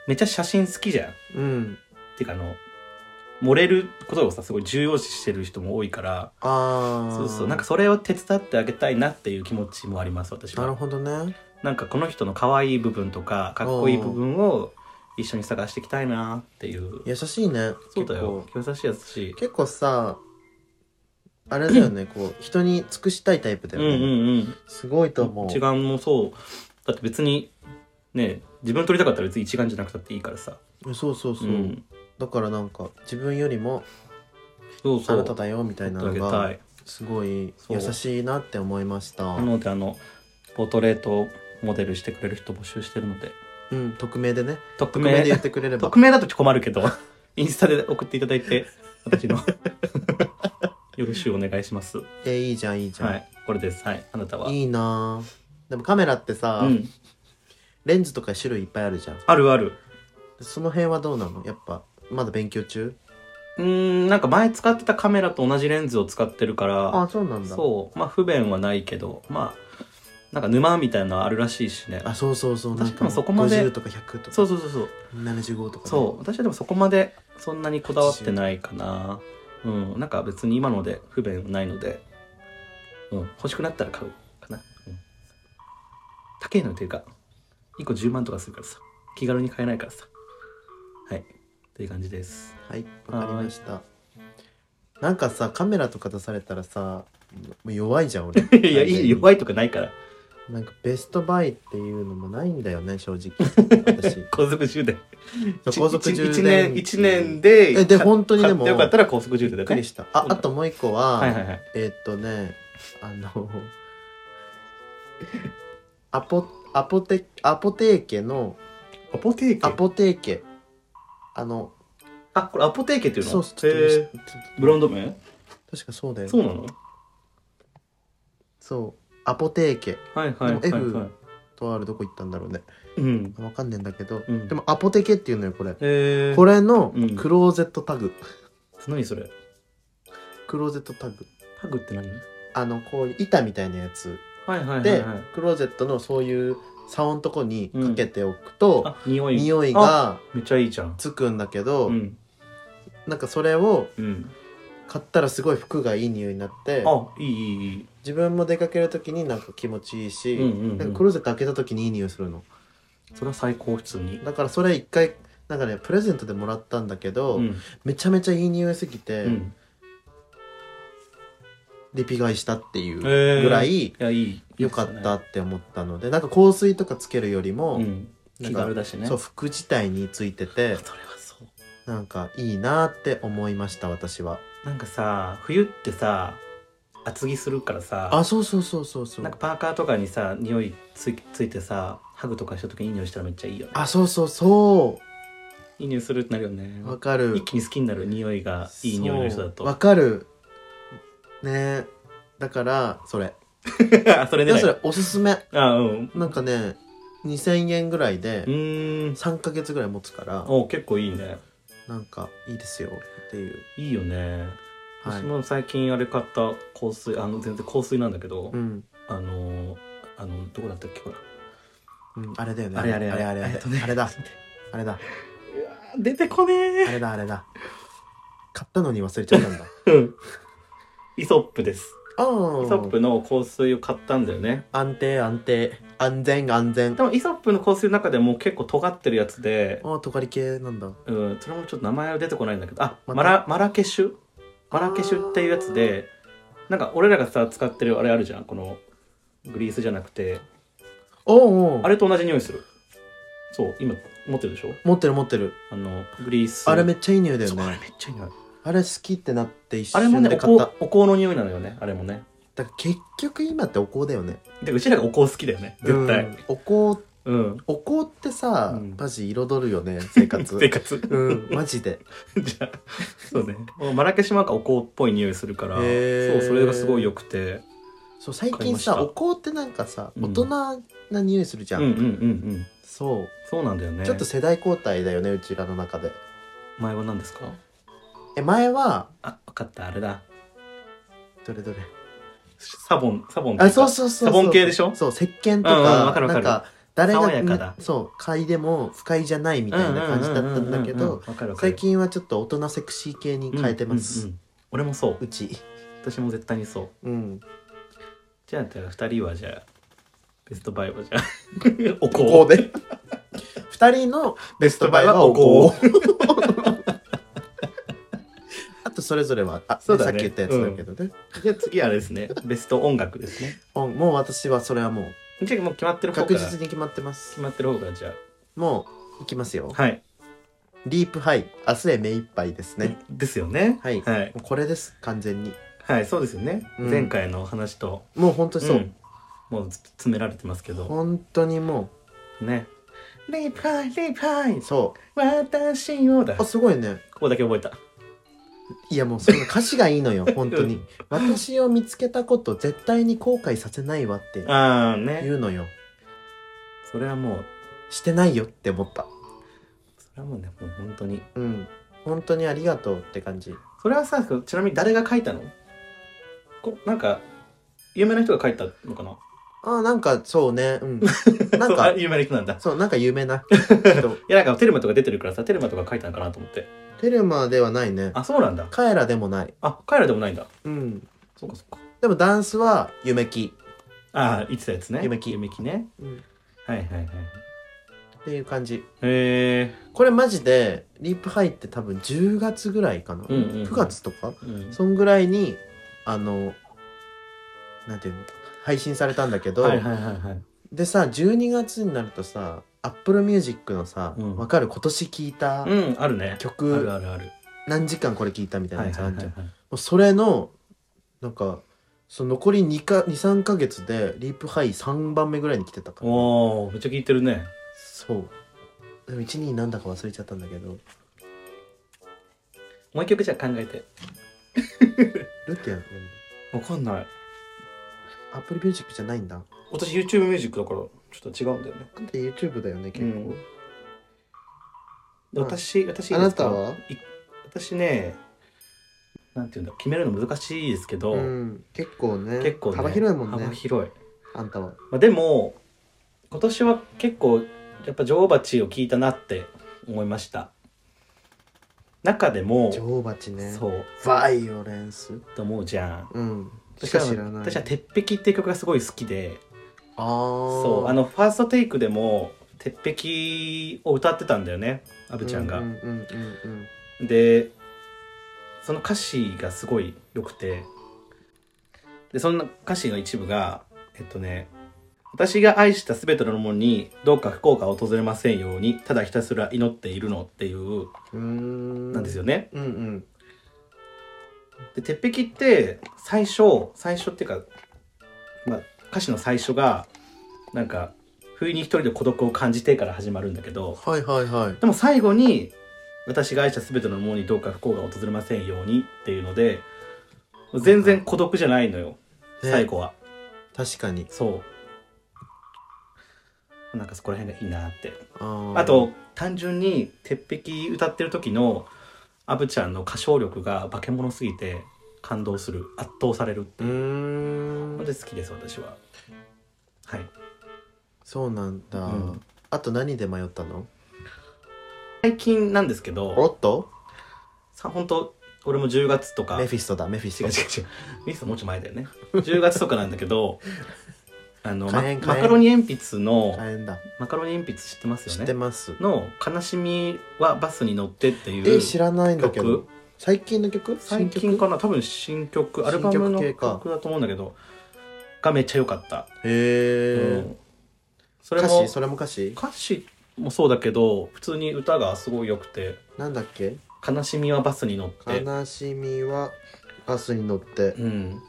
S2: めっちゃ写真好きじゃん。
S1: うん
S2: っていうかあの盛れることをさすごい重要視してる人も多いから、
S1: ああ
S2: そうそう、なんかそれを手伝ってあげたいなっていう気持ちもあります私は。
S1: なるほどね。
S2: なんかこの人の可愛い部分とかかっこいい部分を一緒に探していきたいなっていう。
S1: 優しいね。
S2: そうだよ、
S1: 結構
S2: 優しいやつし。
S1: 結構さあれだよねこう人に尽くしたいタイプだよね。
S2: うんうんうん。
S1: すごいと思う。
S2: 一眼もそうだって別にね自分撮りたかったら別に一眼じゃなくたっていいからさ。
S1: そうそうそう、
S2: うん、
S1: だからなんか自分よりも
S2: そうそう
S1: あなただよみたいなのがすごい優しいなって思いました。
S2: なのであのポートレートモデルしてくれる人募集してるので、
S1: うん、匿名でね
S2: 匿名
S1: 匿名で言ってくれれば。
S2: 匿名だと困るけどインスタで送っていただいて私のよろしくお願いします。
S1: えいいじゃんいいじゃん、
S2: はい、これです。はい、あなたは。
S1: いいな。でもカメラってさ、
S2: うん、
S1: レンズとか種類いっぱいあるじゃん。
S2: あるある。
S1: その辺はどうなの？やっぱまだ勉強中？
S2: うーん、なんか前使ってたカメラと同じレンズを使ってるから。
S1: あ、そうなんだ。
S2: そうまあ不便はないけど、まあなんか沼みたいなのあるらしいしね。
S1: あ、そうそうそう。
S2: 私でもそこまで
S1: ごじゅうとかひゃくとか。
S2: そうそうそうそう
S1: ななじゅうごとか、ね、
S2: そう私はでもそこまでそんなにこだわってないかな。うんなんか別に今ので不便はないので、うん、欲しくなったら買うかな。うん、高いのっていうかいっこじゅうまんとかするからさ気軽に買えないからさ。はいという感じです。
S1: はいわかりました。なんかさカメラとか出されたらさもう弱いじゃん俺。
S2: いやいい弱いとかないから。
S1: なんかベストバイっていうのもないんだよね正直私。
S2: 高速充電
S1: 高速充電
S2: いちねんいちねんで
S1: えで本当にでも
S2: よかったら高速充電だ
S1: びっくりした。ああともう一個は、
S2: はいはいはい、
S1: えー、っとねあのアポアポテアポテーケの
S2: アポテーケ
S1: アポテーケあの
S2: あこれアポテーケっていうの？
S1: そうちょっと
S2: へーブランド名？
S1: 確かそうだよ。
S2: そうなの？
S1: そうアポテーケ。
S2: はいはいはいはい。
S1: でも F と R どこ行ったんだろうね。
S2: うん
S1: わかんねえんだけど、
S2: うん、
S1: でもアポテケっていうのよこれ。
S2: へー
S1: これのクローゼットタグ、
S2: うん、何それ？
S1: クローゼットタグ
S2: タグって何？
S1: あのこういう板みたいなやつ
S2: はいはいはい、はい、
S1: でクローゼットのそういう竿のとこにかけておくと、
S2: うん、あ匂い
S1: 匂いが
S2: めっちゃいいじゃん
S1: つくんだけど、
S2: うん、
S1: なんかそれを
S2: うん
S1: 買ったらすごい服がいい匂いになって、
S2: あいいいいいい
S1: 自分も出かける時になんか気持ちいいし、
S2: うんうんうん、
S1: なんかクローゼット開けた時にいい匂いするの。
S2: それは最高普通に。
S1: だからそれ一回なんかねプレゼントでもらったんだけど、うん、めちゃめちゃいい匂いすぎて、うん、リピ買いしたっていうぐらい良かったって思ったので、なんか香水とかつけるよりも、うん、
S2: 気軽だしね。
S1: そう服自体についてて、
S2: それはそう
S1: なんかいいなって思いました私は。
S2: なんかさ冬ってさ厚着するからさ、
S1: あそうそうそうそうそう、
S2: なんかパーカーとかにさ匂い つ, ついてさハグとかした時にいい匂いしたらめっちゃいいよね。
S1: あそうそうそう
S2: いい匂いするってなるよね。
S1: わかる。
S2: 一気に好きになる匂いがいい匂いの人だと
S1: わかるね。だからそれ
S2: それね
S1: それおすすめ。
S2: あ、うん、
S1: なんかねにせんえんぐらいで
S2: うん
S1: さんかげつぐらい持つから、
S2: お結構いいね。
S1: なんかいいですよっていう。
S2: いいよね、はい、私も最近あれ買った香水、あの全然香水なんだけど、うん、あのあのどこだったっけほら、
S1: うん、あれだよね。
S2: あれあれあれ
S1: あれあれ、えっとね、あれだあれだ
S2: 出てこねー。
S1: あれだあれだ買ったのに忘れちゃったんだ
S2: イソップです。
S1: あイ
S2: ソップの香水を買ったんだよね。
S1: 安定安定安全安全。
S2: でもイソップの香水の中でも結構尖ってるやつで、
S1: ああ尖り系なんだ。
S2: うん、それもちょっと名前は出てこないんだけど、あ、ま、マラマラケシュマラケシュっていうやつで、なんか俺らがさ使ってるあれあるじゃん、このグリースじゃなくて、
S1: おうおう
S2: あれと同じ匂いする。そう今持ってるでしょ。
S1: 持ってる持ってる。
S2: あのグリース
S1: あれめっちゃいい匂いだよね。
S2: そうあれめっちゃいい匂い。あ
S1: れ好きってなって一
S2: 瞬で買った。あれもねお香、お香の匂いなのよねあれもね。
S1: だから結局今ってお香だよね。
S2: でうちらがお香好きだよね絶対、うん、
S1: お香、うん、お香ってさ、うん、マジ彩るよね生活
S2: 生活
S1: うんマジで
S2: じゃあそうねマラケシュマンかお香っぽい匂いするから、そうそれがすごい良くて。
S1: そう最近さお香ってなんかさ、うん、大人な匂いするじゃん。うんうんうんうんそう
S2: そうなんだよね。
S1: ちょっと世代交代だよねうちらの中で。
S2: 前は何ですか？
S1: え前は
S2: あ分かったあれだ。
S1: どれどれ
S2: サボンサボン
S1: あそうそうそう
S2: サボン系でしょ。
S1: そう石鹸とか、
S2: うんうん、かるかる
S1: なんか誰が
S2: 爽やかだ
S1: そう快でも不快じゃないみたいな感じだったんだけど、
S2: わかるわかる
S1: 最近はちょっと大人セクシー系に変えてます、
S2: うんうんうん、俺もそう
S1: うち
S2: 私も絶対にそう
S1: うん
S2: じゃあふたりはじゃあベストバイはじゃあお
S1: ここで二人のベストバイはお香あとそれぞれはあ
S2: そうだね
S1: さっき言ったやつだけどね、
S2: じゃあ次あれですねベスト音楽ですね
S1: うんもう私はそれはもう
S2: じゃあもう決まってる方から
S1: 確実に決まってます
S2: 決まってる方からじゃ
S1: もういきますよ、
S2: あはい
S1: リープハイ明日へ目いっぱいですね
S2: ですよね
S1: はい、
S2: はい
S1: もうこれです完全に
S2: はいそうですよね、
S1: うん
S2: 前回の話と
S1: もう本当にそう、
S2: んもう詰められてますけど
S1: 本当にも
S2: ねリープハイリープハイ
S1: うそう
S2: 私をだ
S1: あすごいね
S2: ここだけ覚えた
S1: いやもうその歌詞がいいのよ本当に私を見つけたこと絶対に後悔させないわって
S2: ああね
S1: 言うのよ
S2: それはもう
S1: してないよって思った
S2: それはもうねもう本当に
S1: うん本当にありがとうって感じ
S2: それはさちなみに誰が書いたのこなんか有名な人が書いたのかな
S1: あなんかそうねうんなん
S2: そうあ
S1: か
S2: 有名な人なんだ
S1: そうなんか有名な人
S2: いやなんかテルマとか出てるからさテルマとか書いたのかなと思って
S1: テルマではないね
S2: あそうなんだ
S1: カエラでもない
S2: あカエラでもないんだ
S1: うん
S2: そうかそうか
S1: でもダンスは夢木、
S2: ああ言ってたやつね
S1: 夢木
S2: 夢木ね
S1: うん、
S2: はいはいはい
S1: っていう感じ
S2: へえ
S1: これマジでリープハイって多分じゅうがつぐらいかな、
S2: うんうんうん
S1: くがつとか
S2: うん
S1: そんぐらいにあのなんていうの配信されたんだけど、
S2: はいはいはいはい
S1: でさじゅうにがつになるとさ Apple Music のさ、
S2: うん
S1: わかる今年聴いた
S2: うんあるね
S1: 曲、
S2: あるあるある
S1: 何時間これ聴いたみたいな
S2: はい
S1: やつあるじゃん、
S2: はいはいはい
S1: もうそれのなんかその残りにかにさんかげつでリープハイさんばんめぐらいに来てたから、
S2: おおめっちゃ聞いてるね
S1: そうでもいちになんだか忘れちゃったんだけど
S2: もう一曲じゃあ考えて
S1: ルってやる
S2: わかんない
S1: アップルミュージックじゃないんだ
S2: 私 YouTube ミュージックだからちょっと違うんだよね
S1: あんた YouTube だよね結構、
S2: うんで私私いい
S1: あ
S2: ですか
S1: なたはい
S2: 私ねなんていうんだ決めるの難しいですけど、
S1: うん、結構ね
S2: 結構ね
S1: 幅広いもんね
S2: 幅広い、
S1: あんたは
S2: まあ、でも今年は結構やっぱ女王蜂を聞いたなって思いました中でも
S1: 女王蜂ね
S2: そう
S1: バイオレンス
S2: と思うじゃん
S1: うんし
S2: 私は
S1: か知らない
S2: 私は「鉄壁」っていう曲がすごい好きで
S1: ああ
S2: そうあのファーストテイクでも「鉄壁」を歌ってたんだよねアブちゃんが、
S1: うんうんうんうん
S2: でその歌詞がすごい良くてでそんな歌詞の一部がえっとね私が愛したすべてのものにどうか不幸が訪れませんようにただひたすら祈っているのっていう
S1: うーん
S2: なんですよね。
S1: うんうん
S2: で鉄壁って最初最初っていうか、まあ、歌詞の最初がなんか不意に一人で孤独を感じてから始まるんだけど
S1: はいはいはい
S2: でも最後に私が愛したすべてのものにどうか不幸が訪れませんようにっていうので全然孤独じゃないのよ、
S1: ね
S2: 最後は。
S1: 確かに
S2: そうなんかそこら辺がいいなって
S1: あー
S2: あと単純に鉄壁歌ってる時のアブちゃんの歌唱力が化け物すぎて感動する圧倒されるって
S1: うー
S2: いうの
S1: ん
S2: で好きです私は。はい
S1: そうなんだ、
S2: うん
S1: あと何で迷ったの
S2: 最近なんですけ
S1: お
S2: ど
S1: っと
S2: さ本当俺もじゅうがつとか
S1: メフィストだメフィス
S2: 違う
S1: ト
S2: 違う違うミスもうちょい前だよねじゅうがつとかなんだけどあの、ま
S1: 火炎火炎
S2: マカロニ鉛筆の
S1: 大変だ
S2: マカロニ鉛筆知ってますよ
S1: 知
S2: ね
S1: ってます
S2: の「悲しみはバスに乗って」っていう
S1: え知らないんだけど
S2: 曲
S1: 最近の曲
S2: 最近かな多分新曲アルバムの
S1: 新曲系か
S2: 曲だと思うんだけどがめっちゃ良かった、
S1: へえ、
S2: うんそれも
S1: 歌詞それも歌詞
S2: 歌詞もそうだけど普通に歌がすごい良くて
S1: なんだっけ
S2: 「悲しみはバスに乗って」
S1: 悲しみはバスに乗って
S2: うん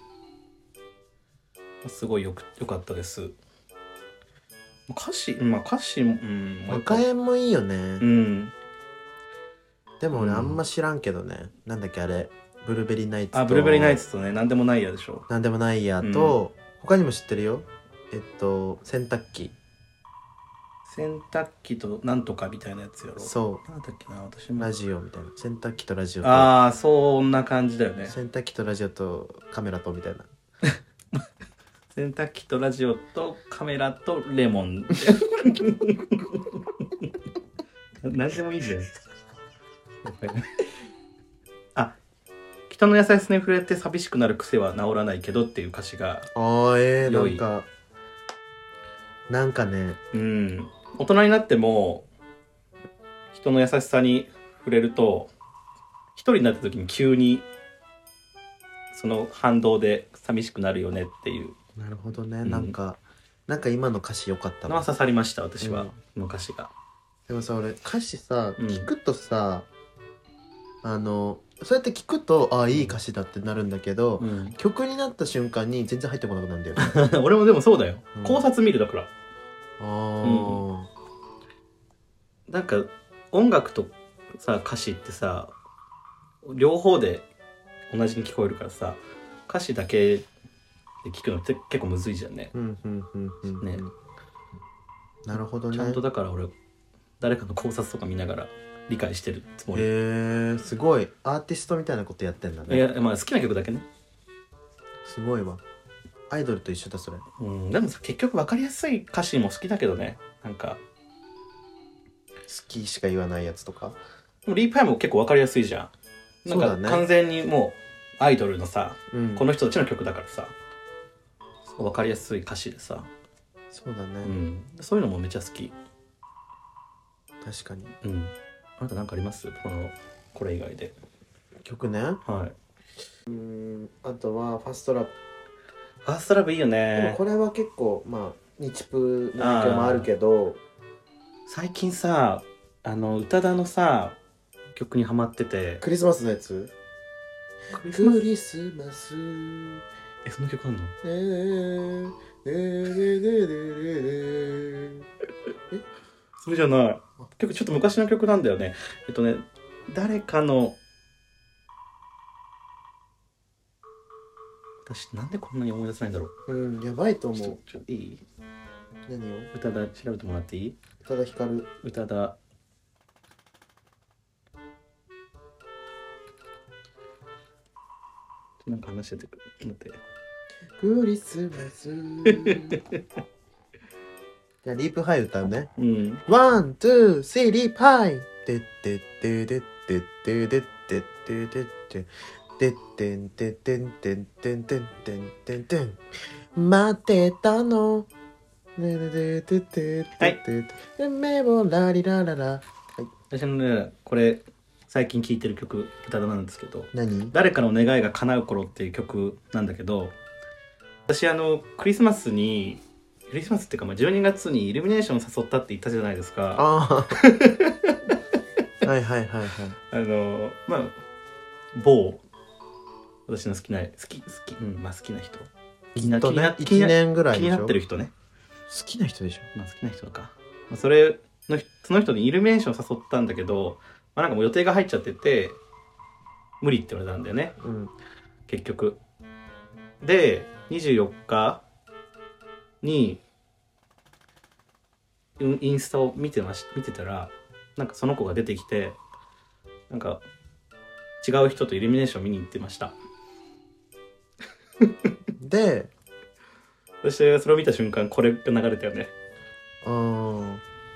S2: すごいよく良かったです歌詞まあ歌詞もうんもう一個
S1: 赤円もいいよね、
S2: うん
S1: でも俺
S2: うん
S1: あんま知らんけどね、なんだっけあれブルーベリーナイツと
S2: あブルーベリーナイツとね何でもないやでしょ
S1: なんでもないやと、他にも知ってるよえっと洗濯機
S2: 洗濯機となんとかみたいなやつやろ
S1: そ
S2: なんだっけな私
S1: う
S2: も
S1: ラジオみたいな洗濯機とラジオと
S2: ああそんな感じだよね
S1: 洗濯機とラジオとカメラとみたいな
S2: 洗濯機とラジオとカメラとレモン何でもいいじゃんあ、人の優しさに触れて寂しくなる癖は治らないけどっていう歌詞が
S1: あーえー、
S2: 良い
S1: なんかなんかね、
S2: うん大人になっても人の優しさに触れると一人になった時に急にその反動で寂しくなるよねっていう
S1: なるほどね、
S2: ん
S1: なんかなんか今の歌詞良かったわ。
S2: のは刺さりました私は、
S1: うん
S2: この歌詞が。
S1: でもさ俺歌詞さ
S2: うん
S1: 聞くとさ、あのそうやって聞くとああいい歌詞だってなるんだけど、
S2: うん
S1: 曲になった瞬間に全然入ってこなくなるんだよね
S2: 俺もでもそうだよ、
S1: うん
S2: 考察見るだから
S1: あー、
S2: なんか音楽とさ歌詞ってさ両方で同じに聞こえるからさ歌詞だけで聞くのって結構むずいじゃんね。
S1: うんうんうんうんうん
S2: ね
S1: なるほどね。
S2: ちゃんとだから俺誰かの考察とか見ながら理解してるつもり。
S1: へえすごいアーティストみたいなことやってんだね。
S2: いやまあ好きな曲だけね。
S1: すごいわ。アイドルと一緒だそれ。
S2: うんでもさ結局分かりやすい歌詞も好きだけどね。なんか
S1: 好きしか言わないやつとか。
S2: でもリーパイも結構分かりやすいじゃん。なんか
S1: そうだね
S2: 完全にもうアイドルのさ、
S1: うん
S2: この人たちの曲だからさ分かりやすい歌詞でさ、
S1: そうだね、
S2: うん、そういうのもめっちゃ好き。
S1: 確かに。
S2: うん。あなた何かありますこのこれ以外で。
S1: 曲ね。
S2: はい。
S1: うーんあとはファストラブ。
S2: ファーストラブいいよ
S1: でも
S2: ね。
S1: これは結構まあ日プの影響もあるけど
S2: 最近さあの宇多田のさ曲にハマってて。
S1: クリスマスのやつ。
S2: クリスマス
S1: クリスマス
S2: えその曲あんの？
S1: えーえーででででで
S2: それじゃない。結構ちょっと昔の曲なんだよね。えっとね誰かの私なんでこんなに思い出せないんだろう。
S1: うんやばいと
S2: ちょ
S1: 思う。
S2: ちょいい？
S1: 何を
S2: 宇多田調べてもらっていい？
S1: 宇多田ヒカル。
S2: 宇多田なんか話しててくる。待って。
S1: クリスマスじゃあリープハイ歌うね。
S2: うん。
S1: ワン、ツー、スリー、リープハイてってってってってってってってってっててってんてってんてんてんてんてんてんてん待ってたのねねねててててて目をラリラララ。
S2: 私のねこれ最近聴いてる曲宇多田なんですけど
S1: 何？
S2: 誰かの願いが叶う頃っていう曲なんだけど私あのクリスマスにクリスマスっていうかまあじゅうにがつにイルミネーションを誘ったって言ったじゃないですか。
S1: ああはいはいはいはい。
S2: あのまあ某私の好きな好き好きうんまあ好きな人気にな
S1: きっとね
S2: 気にな
S1: 一年ぐらいでしょ。
S2: 気になってる人ね。
S1: 好きな人でしょ。
S2: まあ好きな人か、まあ、それのその人にイルミネーションを誘ったんだけど、まあ、なんかもう予定が入っちゃってて無理って言われたんだよね
S1: うん
S2: 結局。でにじゅうよっかにインインスタを見てまし見てたらなんかその子が出てきてなんか違う人とイルミネーション見に行ってました。
S1: で
S2: そしてそれを見た瞬間これが流れたよね。
S1: あー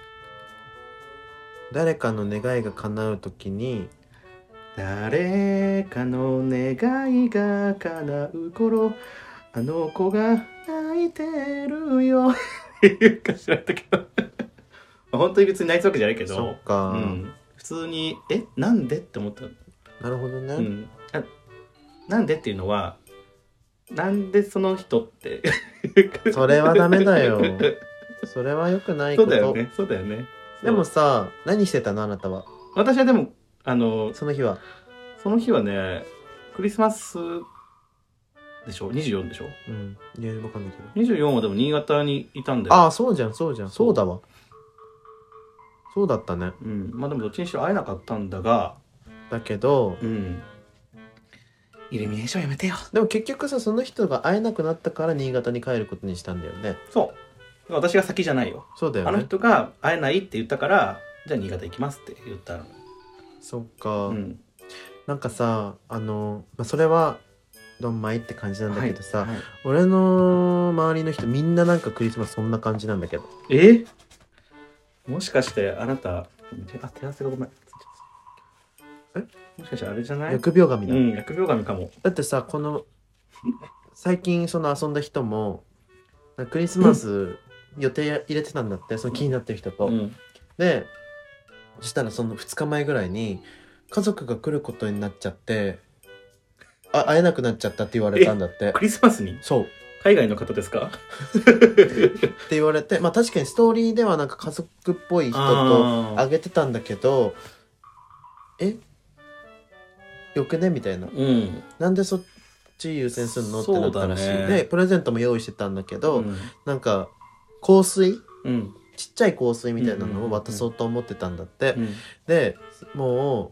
S1: 誰かの願いが叶うときに
S2: 誰かの願いが叶う頃あの子が泣いてるよっていうか知られたけど本当に別に泣いたわけじゃないけど
S1: そっか、
S2: うん、普通にえなんでって思った。
S1: なるほどね、
S2: うん、あなんでっていうのはなんでその人って
S1: それはダメだよそれは良くないこと。
S2: そうだよねそうだよね。
S1: でもさ何してたのあなたは
S2: 私はでもあの
S1: その日は。
S2: その日はねクリスマスでしょにじゅうよっかでしょ。
S1: うんいやわかんないけど。
S2: にじゅうよっかはでも新潟にいたんだよ。
S1: ああそうじゃんそうじゃん
S2: そう
S1: そうだわそうだったね。
S2: うんまあでもどっちにしろ会えなかったんだが
S1: だけど
S2: うんイルミネーションやめてよ。
S1: でも結局さその人が会えなくなったから新潟に帰ることにしたんだよね。
S2: そう私が先じゃないよ。
S1: そうだよね。
S2: あの人が会えないって言ったからじゃあ新潟行きますって言ったの。
S1: そっか、
S2: うん
S1: なんかさあの、まあ、それはどんまいって感じなんだけどさ、
S2: はいはい、
S1: 俺の周りの人みんななんかクリスマスそんな感じなんだけど。
S2: えもしかしてあなた、あ、手汗がごめん。
S1: え
S2: もしかしてあれじゃない？
S1: 疫病神だ、
S2: うん、疫病神かも。
S1: だってさ、この最近その遊んだ人もクリスマス予定入れてたんだって、その気になってる人と、
S2: うん、
S1: でそしたらそのふつかまえぐらいに家族が来ることになっちゃってあ会えなくなっちゃったって言われたんだって。
S2: クリスマスに？
S1: そう
S2: 海外の方ですか？
S1: って言われて、まあ確かにストーリーではなんか家族っぽい人とあげてたんだけど、えよくねみたいな、
S2: うん、
S1: なんでそっち優先するのってなったらしい、
S2: ね、
S1: でプレゼントも用意してたんだけど、
S2: うん、
S1: なんか香水、
S2: うん、
S1: ちっちゃい香水みたいなのを渡そうと思ってたんだって、
S2: うん、
S1: でもう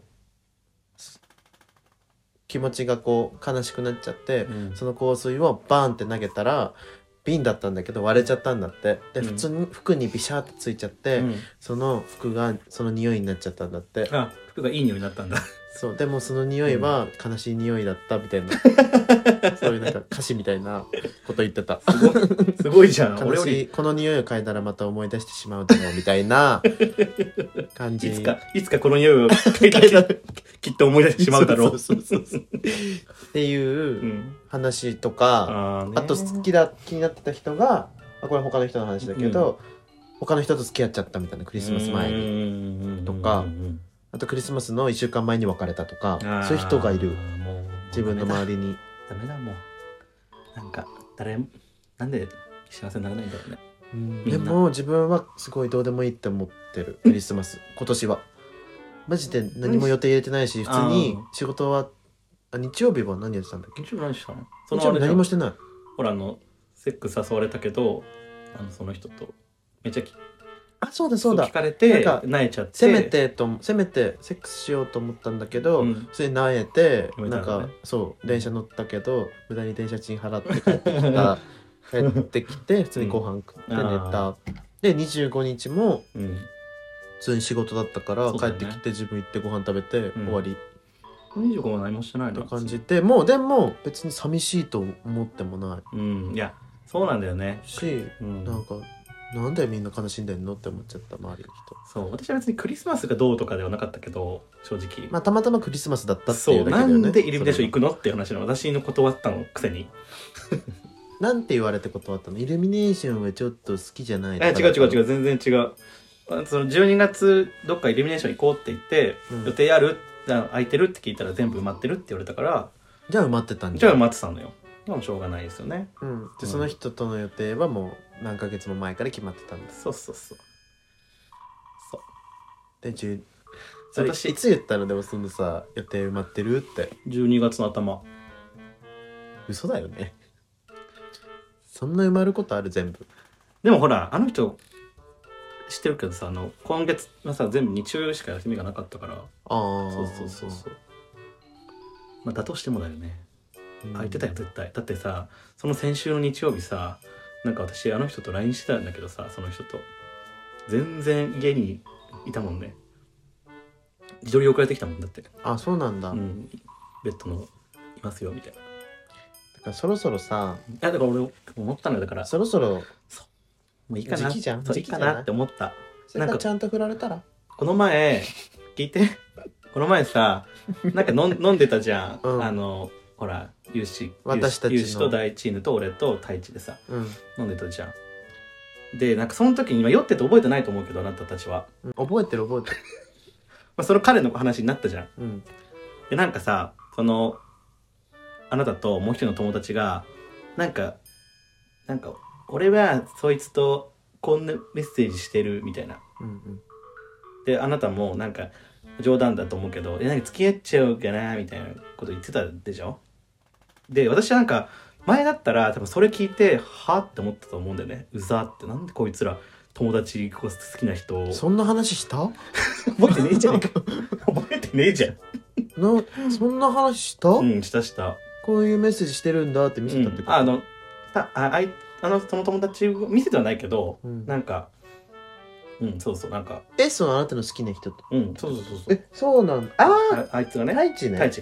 S1: 気持ちがこう悲しくなっちゃって、うん、その香水をバーンって投げたら瓶だったんだけど割れちゃったんだって。で、うん、普通に服にビシャーってついちゃって、うん、その服がその匂いになっちゃったんだって。
S2: あ、服がいい匂いになったんだ。
S1: そう、でもその匂いは悲しい匂いだったみたいな、うん、そういうなんか歌詞みたいなこと言ってた。
S2: すごい、すごいじゃん。
S1: 悲しい、この匂いを嗅いだらまた思い出してしまうだろうみたいな感じ。
S2: いつかいつかこの匂いを嗅いだらきっと思い出してしまうだろう。
S1: そうそうそうそうっていう話とか、うん、あ, あと好きだ気になってた人が、これ他の人の話だけど、うん、他の人と付き合っちゃったみたいな、クリスマス前にとか、あとクリスマスのいっしゅうかんまえに別れたとか、そういう人がいる。もう自分の周りに。
S2: ダメだもう。なんか誰もなんで幸せにならないんだろうね。
S1: うん、でも自分はすごいどうでもいいって思ってる、クリスマス今年は。マジで何も予定入れてないし、普通に仕事はあ日曜日は何やってたんだっけ？
S2: 日曜日何したの？
S1: その日曜日何もしてない。
S2: ほらあのセックス誘われたけど、あのその人とめっちゃ
S1: あそうだそうだ
S2: 聞かれてなんか泣いちゃって、
S1: せめてとせめてセックスしようと思ったんだけど、うん、それ泣いて、ね、なんかそう電車乗ったけど無駄に電車賃払って帰ってきた帰ってきて普通にご飯食って寝た、うん、でにじゅうごにちも、うん、普通に仕事だったから、ね、帰ってきて自分行ってご飯食べて、うん、終わり。
S2: にじゅうごは何もしてないの
S1: って感じで、もうでも別に寂しいと思ってもない。
S2: うん、いやそうなんだよね
S1: し、うん、なんかなんでみんな悲しんでんのって思っちゃった周りの人。
S2: そう私は別にクリスマスがどうとかではなかったけど正直
S1: まあたまたまクリスマスだったっていうだけだよね。
S2: そうなんでイルミネーション行くのっていう話の私の断ったのくせに
S1: なんて言われて断ったの？イルミネーションはちょっと好きじゃない。
S2: え違う違う違う全然違う。そのじゅうにがつどっかイルミネーション行こうって言って、うん、予定ある空いてるって聞いたら全部埋まってるって言われたから、
S1: じゃあ埋まってたん
S2: じゃん。じゃあ埋まってたのよ。でもしょうがないですよね。
S1: うん。で、うん、その人との予定はもう何ヶ月も前から決まってたんだ。
S2: そうそうそう。そう。
S1: で、じゅう私いつ言ったの？でもそのさ予定埋まってるって。
S2: じゅうにがつの頭。
S1: 嘘だよね。そんな埋まることある？全部。
S2: でもほらあの人知ってるけどさ、あの今月はさ全部日曜しか休みがなかったから。ああ。そうそうそうそう。まあだとしてもだよね。空いてたよ絶対。だってさその先週の日曜日さなんか私あの人と ライン してたんだけどさ、その人と全然家にいたもんね。自撮り送られてきたもんだって。
S1: あそうなんだ、うん、
S2: ベッドのいますよみたいな。
S1: だからそろそろさ
S2: いやだから俺思ったのよ。だから
S1: そろそろ
S2: そうもういいかな
S1: 時期じゃん。
S2: そういいかなって思った。
S1: なんかちゃんと振られたら
S2: この前聞いてこの前さなんか飲ん、飲んでたじゃん、うん、あのほらユーシ
S1: 私たちの
S2: ユーシと大チーヌと俺と太一でさ、うん、飲んでたじゃん。でなんかその時に今酔ってて覚えてないと思うけどあなたたちは、
S1: うん、覚えてる覚えてる
S2: まあその彼の話になったじゃん、うん、でなんかさそのあなたともう一人の友達がなんかなんか俺はそいつとこんなメッセージしてるみたいな、うんうん、であなたもなんか冗談だと思うけどえなんか付き合っちゃおうかなみたいなこと言ってたでしょ。で私はなんか前だったら多分それ聞いてはって思ったと思うんだよね。うざってなんでこいつら友達好きな人を
S1: そんな話した覚
S2: えてねえじゃねえか覚えてねえじゃん
S1: な。そんな話した？
S2: うんしたした。
S1: こういうメッセージしてるんだって見せたってこと、うん、
S2: あのたああいあのその友達見せてはないけど、うん、なんかうんそうそうなんか
S1: えそのあなたの好きな人と
S2: うんそうそうそうそう
S1: えそうなんあ
S2: ああいつがね
S1: 太一ね
S2: 太一がね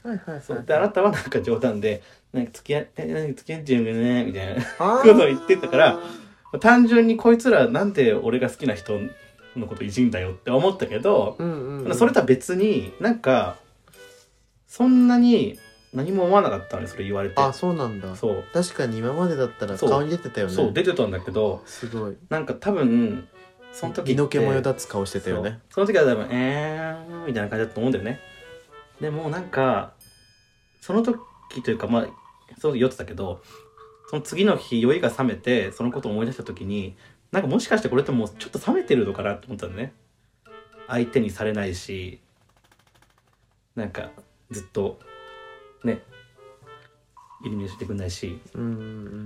S1: はいはいはい。
S2: そうであなたはなんか冗談でなんか付き合えなんか付き合っちゃうよねみたいな
S1: あ
S2: ことを言ってたから単純にこいつらなんで俺が好きな人のこといじんだよって思ったけど、
S1: うんうんうん、
S2: それとは別になんかそんなに何も思わなかったのにそれ言われて。
S1: あ、そうなんだ。
S2: そう
S1: 確かに今までだったら
S2: そう
S1: 顔に出てたよね。
S2: そう出てたんだけど、
S1: すごい
S2: なんか多分その時って
S1: 身の毛もよだつ顔してたよね。
S2: そ, その時は多分えーみたいな感じだと思うんだよね。でもなんかその時というかまあその時酔ってたけど、その次の日酔いが覚めてそのことを思い出した時になんかもしかしてこれってもうちょっと冷めてるのかなと思ったのね。相手にされないしなんかずっとねイルミネーションしてくんないし、
S1: うんうんうん、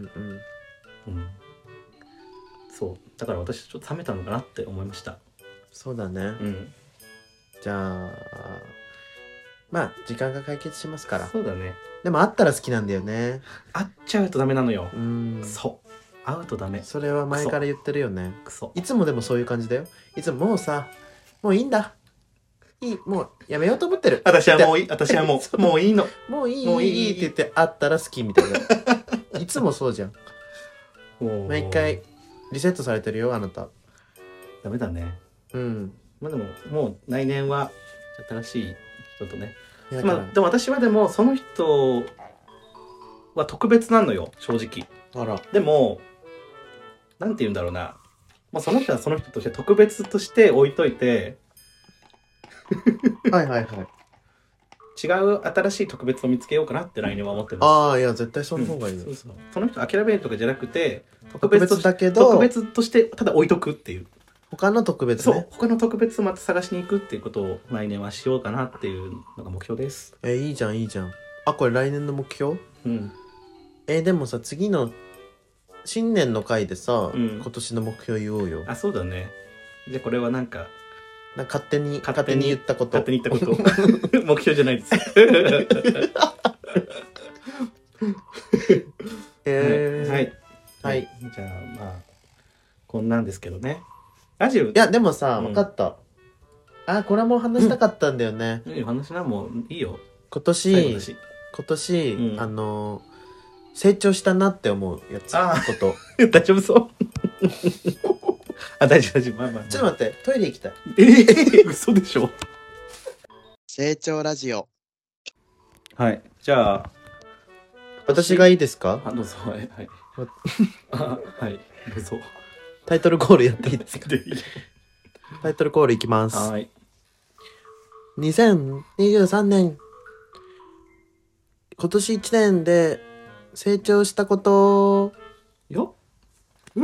S2: うん、そうだから私ちょっと冷めたのかなって思いました。
S1: そうだね、
S2: うん、
S1: じゃあまあ時間が解決しますから。
S2: そうだね。
S1: でも会ったら好きなんだよね。
S2: 会っちゃうとダメなのよ。
S1: うん
S2: そう会うとダメ。
S1: それは前から言ってるよね。
S2: クソ
S1: いつもでもそういう感じだよ。いつももうさもういいんだいいもうやめようと思ってる。
S2: 私はもういい私はもうもういいの
S1: もういい
S2: もういい
S1: いいって言って会ったら好きみたいな。いつもそうじゃん。毎回リセットされてるよあなた。
S2: ダメだね。
S1: うん
S2: まあでももう来年は新しい人とね。
S1: ま
S2: まあでも私はでもその人は特別なのよ正直。
S1: あら
S2: でもなんて言うんだろうな、まあ、その人はその人として特別として置いといて
S1: はいはいはい。
S2: 違う新しい特別を見つけようかなって来年は思ってます。
S1: ああいや絶対その方がいいよ、
S2: うん、そうそうその人諦めるとかじゃなくて特
S1: 特
S2: 別と
S1: 別だけど
S2: 特別としてただ置いとくっていう、
S1: 他の特別
S2: そう
S1: ね。
S2: 他の特別をまた探しに行くっていうことを来年はしようかなっていうのが目標です。
S1: えいいじゃんいいじゃん。あこれ来年の目標。
S2: うん
S1: えでもさ次の新年の回でさ、
S2: うん、
S1: 今年の目標言おうよ。
S2: あそうだね。じゃあこれはなんか
S1: なんか勝手に
S2: 勝手に
S1: 言ったこと
S2: 勝手に言ったこと目標じゃないです
S1: えー、
S2: はい、
S1: はい、
S2: じゃあまあこんなんですけどね。ラジオ
S1: いやでもさ、
S2: うん、
S1: 分かった。あこれも話したかったんだよね。
S2: いい話なもういいよ。
S1: 今年今年、うん、あの成長したなって思うやつこと
S2: 大丈夫そうあ大丈夫大丈夫まあまあ、まあ、
S1: ちょっと待ってトイレ行きたい。
S2: えー、嘘でしょ。
S1: 成長ラジオ。
S2: はいじゃあ
S1: 私がいいですか。
S2: あどうぞはいはいあはいどうぞ。
S1: タイトルコールやっていいですかタイトルコールいきます。
S2: はい
S1: にせんにじゅうさんねん今年いちねんで成長したこと
S2: よ
S1: っ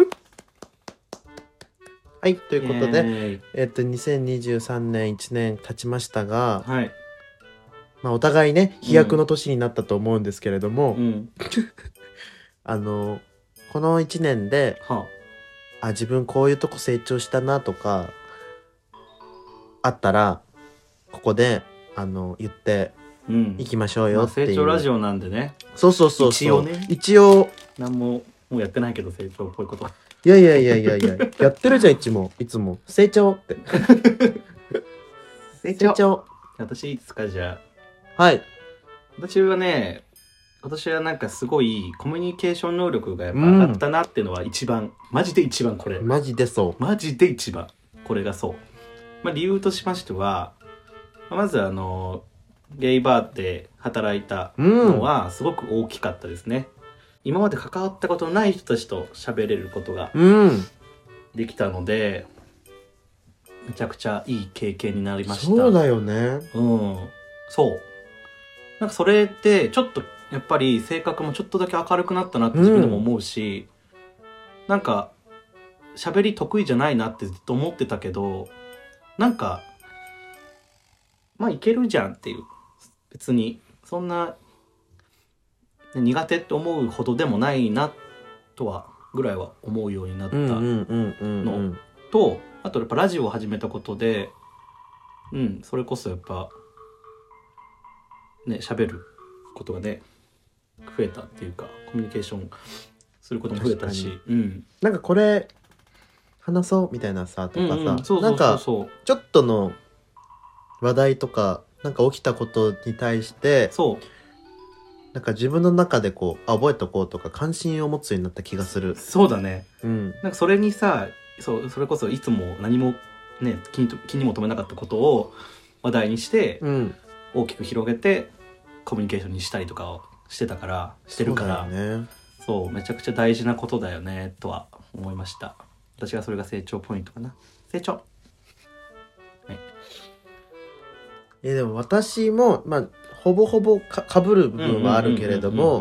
S1: はいということでえっとにせんにじゅうさんねんいちねん経ちましたが、
S2: はい、
S1: まあお互いね飛躍の年になったと思うんですけれども、うん、あのこのいちねんで、はあ、あ自分こういうとこ成長したなとかあったらここであの言っていきましょうよっていう、
S2: まあ、成長ラジオなんでね。
S1: そうそうそうそう
S2: 一応ね
S1: 一応
S2: 何ももうやってないけど成長っぽいことはい
S1: やいやいやいやいややってるじゃんいつもいつも成長って
S2: 成長
S1: 成長。
S2: 私いいですかじゃ
S1: あはい。
S2: 私はね今年はなんかすごいコミュニケーション能力がやっぱあったなっていうのは一番、うん、マジで一番これ
S1: マジでそう
S2: マジで一番これがそう、まあ、理由としましてはまずあのゲイバーで働いたのはすごく大きかったですね、うん、今まで関わったことのない人たちと喋れることができたので、うん、めちゃくちゃいい経験になりました。
S1: そうだよね。
S2: うんそうなんかそれってちょっとやっぱり性格もちょっとだけ明るくなったなって自分でも思うし、うん、なんか喋り得意じゃないなってずっと思ってたけどなんかまあいけるじゃんっていう別にそんな苦手って思うほどでもないなとはぐらいは思うようになったのとあとやっぱラジオを始めたことでうんそれこそやっぱね喋ることがね増えたっていうかコミュニケーションすることも増えたし、うん、
S1: なんかこれ話そうみたいなさとかさなんかちょっとの話題とかなんか起きたことに対して
S2: そう
S1: なんか自分の中でこうあ覚えとこうとか関心を持つようになった気がする。
S2: そうだね。
S1: うん
S2: なんかそれにさ、そうそれこそいつも何もね気にと気にも留めなかったことを話題にして
S1: うん
S2: 大きく広げてコミュニケーションにしたりとかをしてたからしてるから
S1: そうだよね。
S2: そうめちゃくちゃ大事なことだよねとは思いました。私はそれが成長ポイントかな。成長。
S1: えでも私もまあほぼほぼかかぶる部分はあるけれども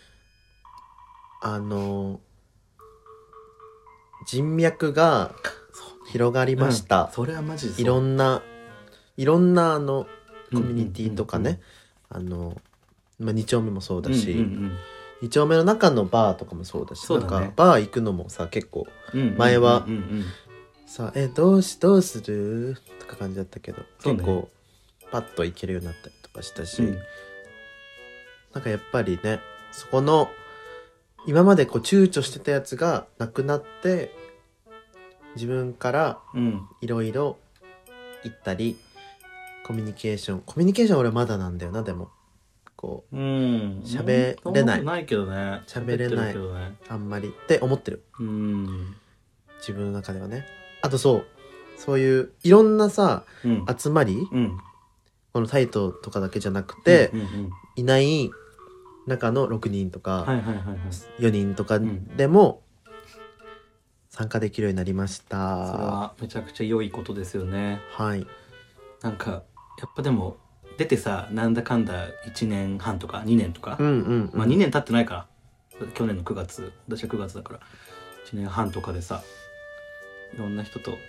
S1: あの人脈が広がりました、
S2: うん、それはマジでそう
S1: いろんないろんなあのコミュニティとかね、あの、まあ、に丁目もそうだし、
S2: うんうんうん
S1: に丁目の中のバーとかもそうだし、
S2: そうだね、
S1: なんかバー行くのもさ結構前はさえどうしどうするとか感じだったけど、
S2: そうね
S1: 結構パッと行けるようになったりとかしたし、
S2: うん
S1: なんかやっぱりねそこの今までこう躊躇してたやつがなくなって自分から
S2: うん
S1: いろいろ行ったりコミュニケーションコミュニケーション俺まだなんだよな。でもこう
S2: うん
S1: 喋れない
S2: ないけどね
S1: 喋れない
S2: 喋ってるけどね
S1: あんまりって思ってる
S2: うん
S1: 自分の中ではね。あとそうそういういろんなさ
S2: うん
S1: 集まり
S2: うん
S1: このタイトとかだけじゃなくて、
S2: うんうんうん
S1: いない中のろくにんとか、
S2: はいはいはいはい
S1: よにんとか
S2: ん
S1: でも参加できるようになりまし
S2: それ
S1: た。
S2: はめちゃくちゃ良いことですよね。
S1: はい
S2: なんかやっぱでも出てさなんだかんだいちねんはんとかにねんとか、
S1: うんうん、うん、
S2: まあにねん経ってないから去年のくがつ私はくがつだからいちねんはんとかでさいろんな人と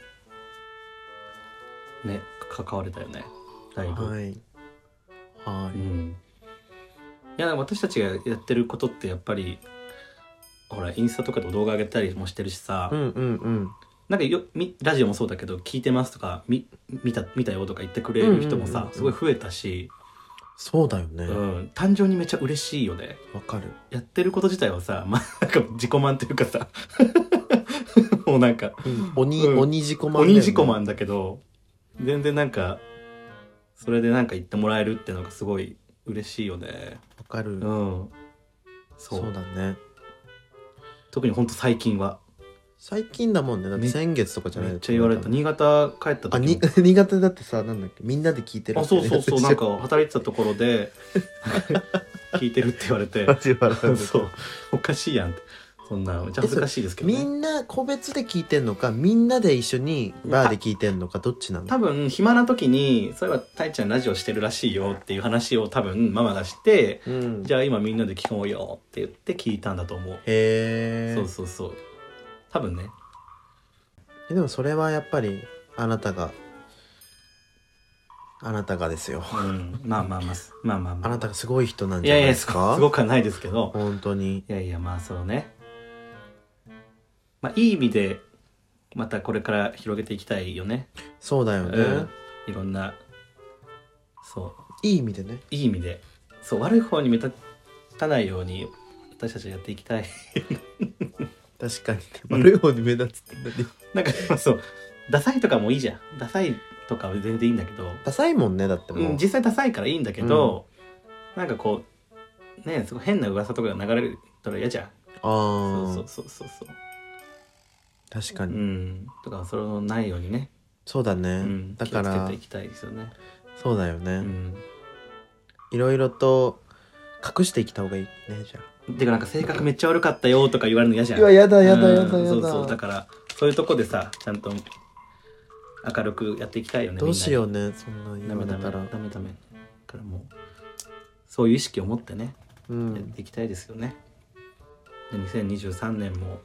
S2: ね関われたよねだいぶ。
S1: はいはい、
S2: うんいや私たちがやってることってやっぱりほらインスタとかで動画上げたりもしてるしさ、
S1: うんうんうん
S2: なんかよみラジオもそうだけど聞いてますとかみ見た見たよとか言ってくれる人もさ、
S1: うんうんうんうん
S2: すごい増えたし、
S1: そうだよね
S2: う
S1: わ、
S2: ん、単純にめっちゃ嬉しいよね。
S1: かる、
S2: やってること自体はさ、まあ、なんか自己満というかさもうなんか、
S1: うん、鬼、
S2: うん
S1: 鬼自己満だよね、
S2: 鬼自己満だけど全然なんかそれでなんか言ってもらえるってのがすごい嬉しいよね。
S1: わかる、
S2: うんそう
S1: そうだね。
S2: 特にほんと最近は
S1: 最近だもんね。だって先月とかじゃない
S2: めっちゃ言われた。新潟帰った時も
S1: あに新潟だってさなんだっけみんなで聞いてる
S2: あそうそうそうなんか働いてたところで聞いてるって言われてそうおかしいやんってそんなめっちゃ恥ずかしいですけど、ね、
S1: みんな個別で聞いてんのかみんなで一緒にバーで聞いてんのかどっちなの？
S2: 多分暇な時にそういえばたいちゃんラジオしてるらしいよっていう話を多分ママがして、
S1: うん、
S2: じゃあ今みんなで聞こうよって言って聞いたんだと思う。
S1: へえ。
S2: そうそうそう多分ね。
S1: でもそれはやっぱりあなたがあなたがですよ、
S2: うん、まあまあまあまあまあまあ
S1: あなたがすごい人なんじゃないですか。
S2: いやいやすごくはないですけど
S1: 本当に。
S2: いやいやまあそうねまあいい意味でまたこれから広げていきたいよね。
S1: そうだよね、
S2: うん、いろんなそう
S1: いい意味でね。
S2: いい意味でそう悪い方に目立たないように私たちはやっていきたい
S1: 確かに、ね、悪い方に目立つって何、
S2: なんかそうダサいとかもいいじゃん。ダサいとかは全然いいんだけど
S1: ダサいもんねだってもう、
S2: うん、実際ダサいからいいんだけど、うん、なんかこうねすごい変な噂とかが流れたら嫌じゃん。
S1: ああ
S2: そうそうそうそうそう
S1: 確かに、
S2: うん、とかそれのないようにね。
S1: そうだね、
S2: うん、
S1: だから
S2: 気をつけていきたいですよね。
S1: そうだよね、
S2: うん、
S1: いろいろと隠していきた方がいいね。じゃあ
S2: てかなんか性格めっちゃ悪かったよとか言われるの嫌じゃん。
S1: いややだやだやだやだ、
S2: うん、そうそうだからそういうとこでさちゃんと明るくやっていきたいよね。
S1: どうしよう
S2: みんな
S1: ねそんな
S2: ダメダメ
S1: 言われたら。
S2: ダメダメからもうそういう意識を持ってね、
S1: う
S2: やっ
S1: ん
S2: ていきたいですよね。でにせんにじゅうさんねんも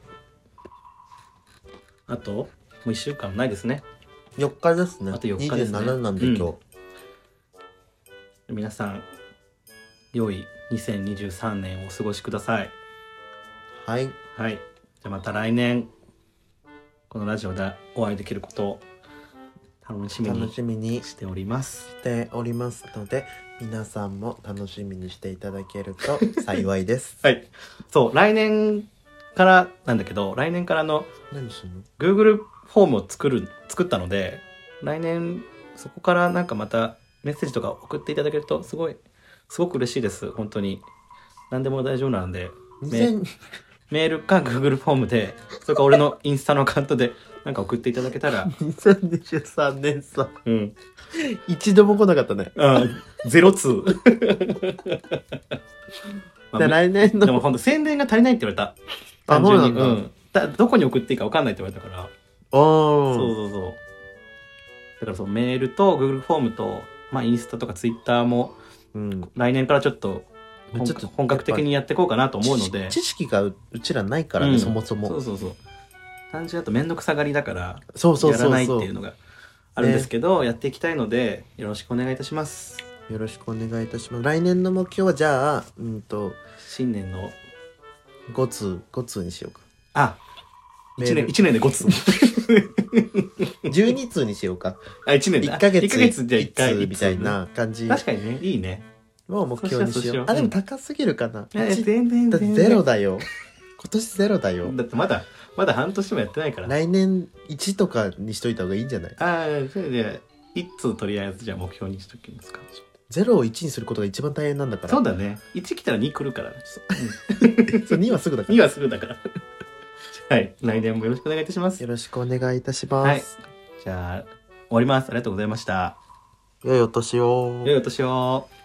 S2: あともういっしゅうかんないですね。
S1: よっかですね。
S2: あとよっかですね。
S1: にじゅうしちなんで今日、
S2: うん、皆さん良いにせんにじゅうさんねんをお過ごしください。
S1: はい
S2: はいじゃあまた来年このラジオでお会いできることを楽しみに
S1: 楽しみに
S2: しております
S1: しておりますので皆さんも楽しみにしていただけると幸いです
S2: はいそう来年からなんだけど来年からの
S1: 何するの？
S2: Google フォームを作る作ったので来年そこからなんかまたメッセージとか送っていただけるとすごいすごく嬉しいです。本当に何でも大丈夫なんで、メメールか Google フォームで、それか俺のインスタのアカウントでなんか送っていただけたら。
S1: にせんにじゅうさんねんさ、
S2: うん、
S1: 一度も来なかったね。
S2: うん、ゼロツー。
S1: まあ、来年の
S2: でも本当宣伝が足りないって言われた。単純に、うん、だどこに送っていいか分かんないって言われたから。
S1: お
S2: そうそうそう。だからそうメールと Google フォームと、まあ、インスタとか Twitter も、うん、来年からちょっとちょっと本格的にやっていこうかなと思うので。
S1: 知識が う, うちらないからね、うん、そもそも。
S2: そうそうそう。単純だと面倒くさがりだから
S1: そうそうそうそう
S2: やらないっていうのがあるんですけど、ね、やっていきたいのでよろしくお願いいたします。
S1: よろしくお願いいたします。来年の目標はじゃあ、うんと
S2: 新年の
S1: ご通ご通にしようか。
S2: あ、いちねんいちねんでご通。
S1: じゅうに通にしようか。
S2: あ、いちねんで
S1: いっかげつ
S2: いっかげつでいっかい
S1: みたいな感じ。
S2: 確かにね、いいね。
S1: もう目標にしよう。あ、でも高すぎるかな。
S2: いや全然
S1: だってゼロだよ。今年ゼロだよ。
S2: だってまだまだ半年もやってないから。
S1: 来年いちとかにしといた方がいいんじゃない？
S2: ああ、それでいち通とりあえずじゃあ目標にしときますか。
S1: ゼロをいちにすることが一番大変なんだから。
S2: そうだね。いち来たらに来るからね。
S1: そうにはすぐだから。
S2: にはすぐだから。はい。来年もよろしくお願いいたします。
S1: よろしくお願いいたします。
S2: はい。じゃあ終わります。ありがとうございました。
S1: 良いお年を。
S2: 良いお年を。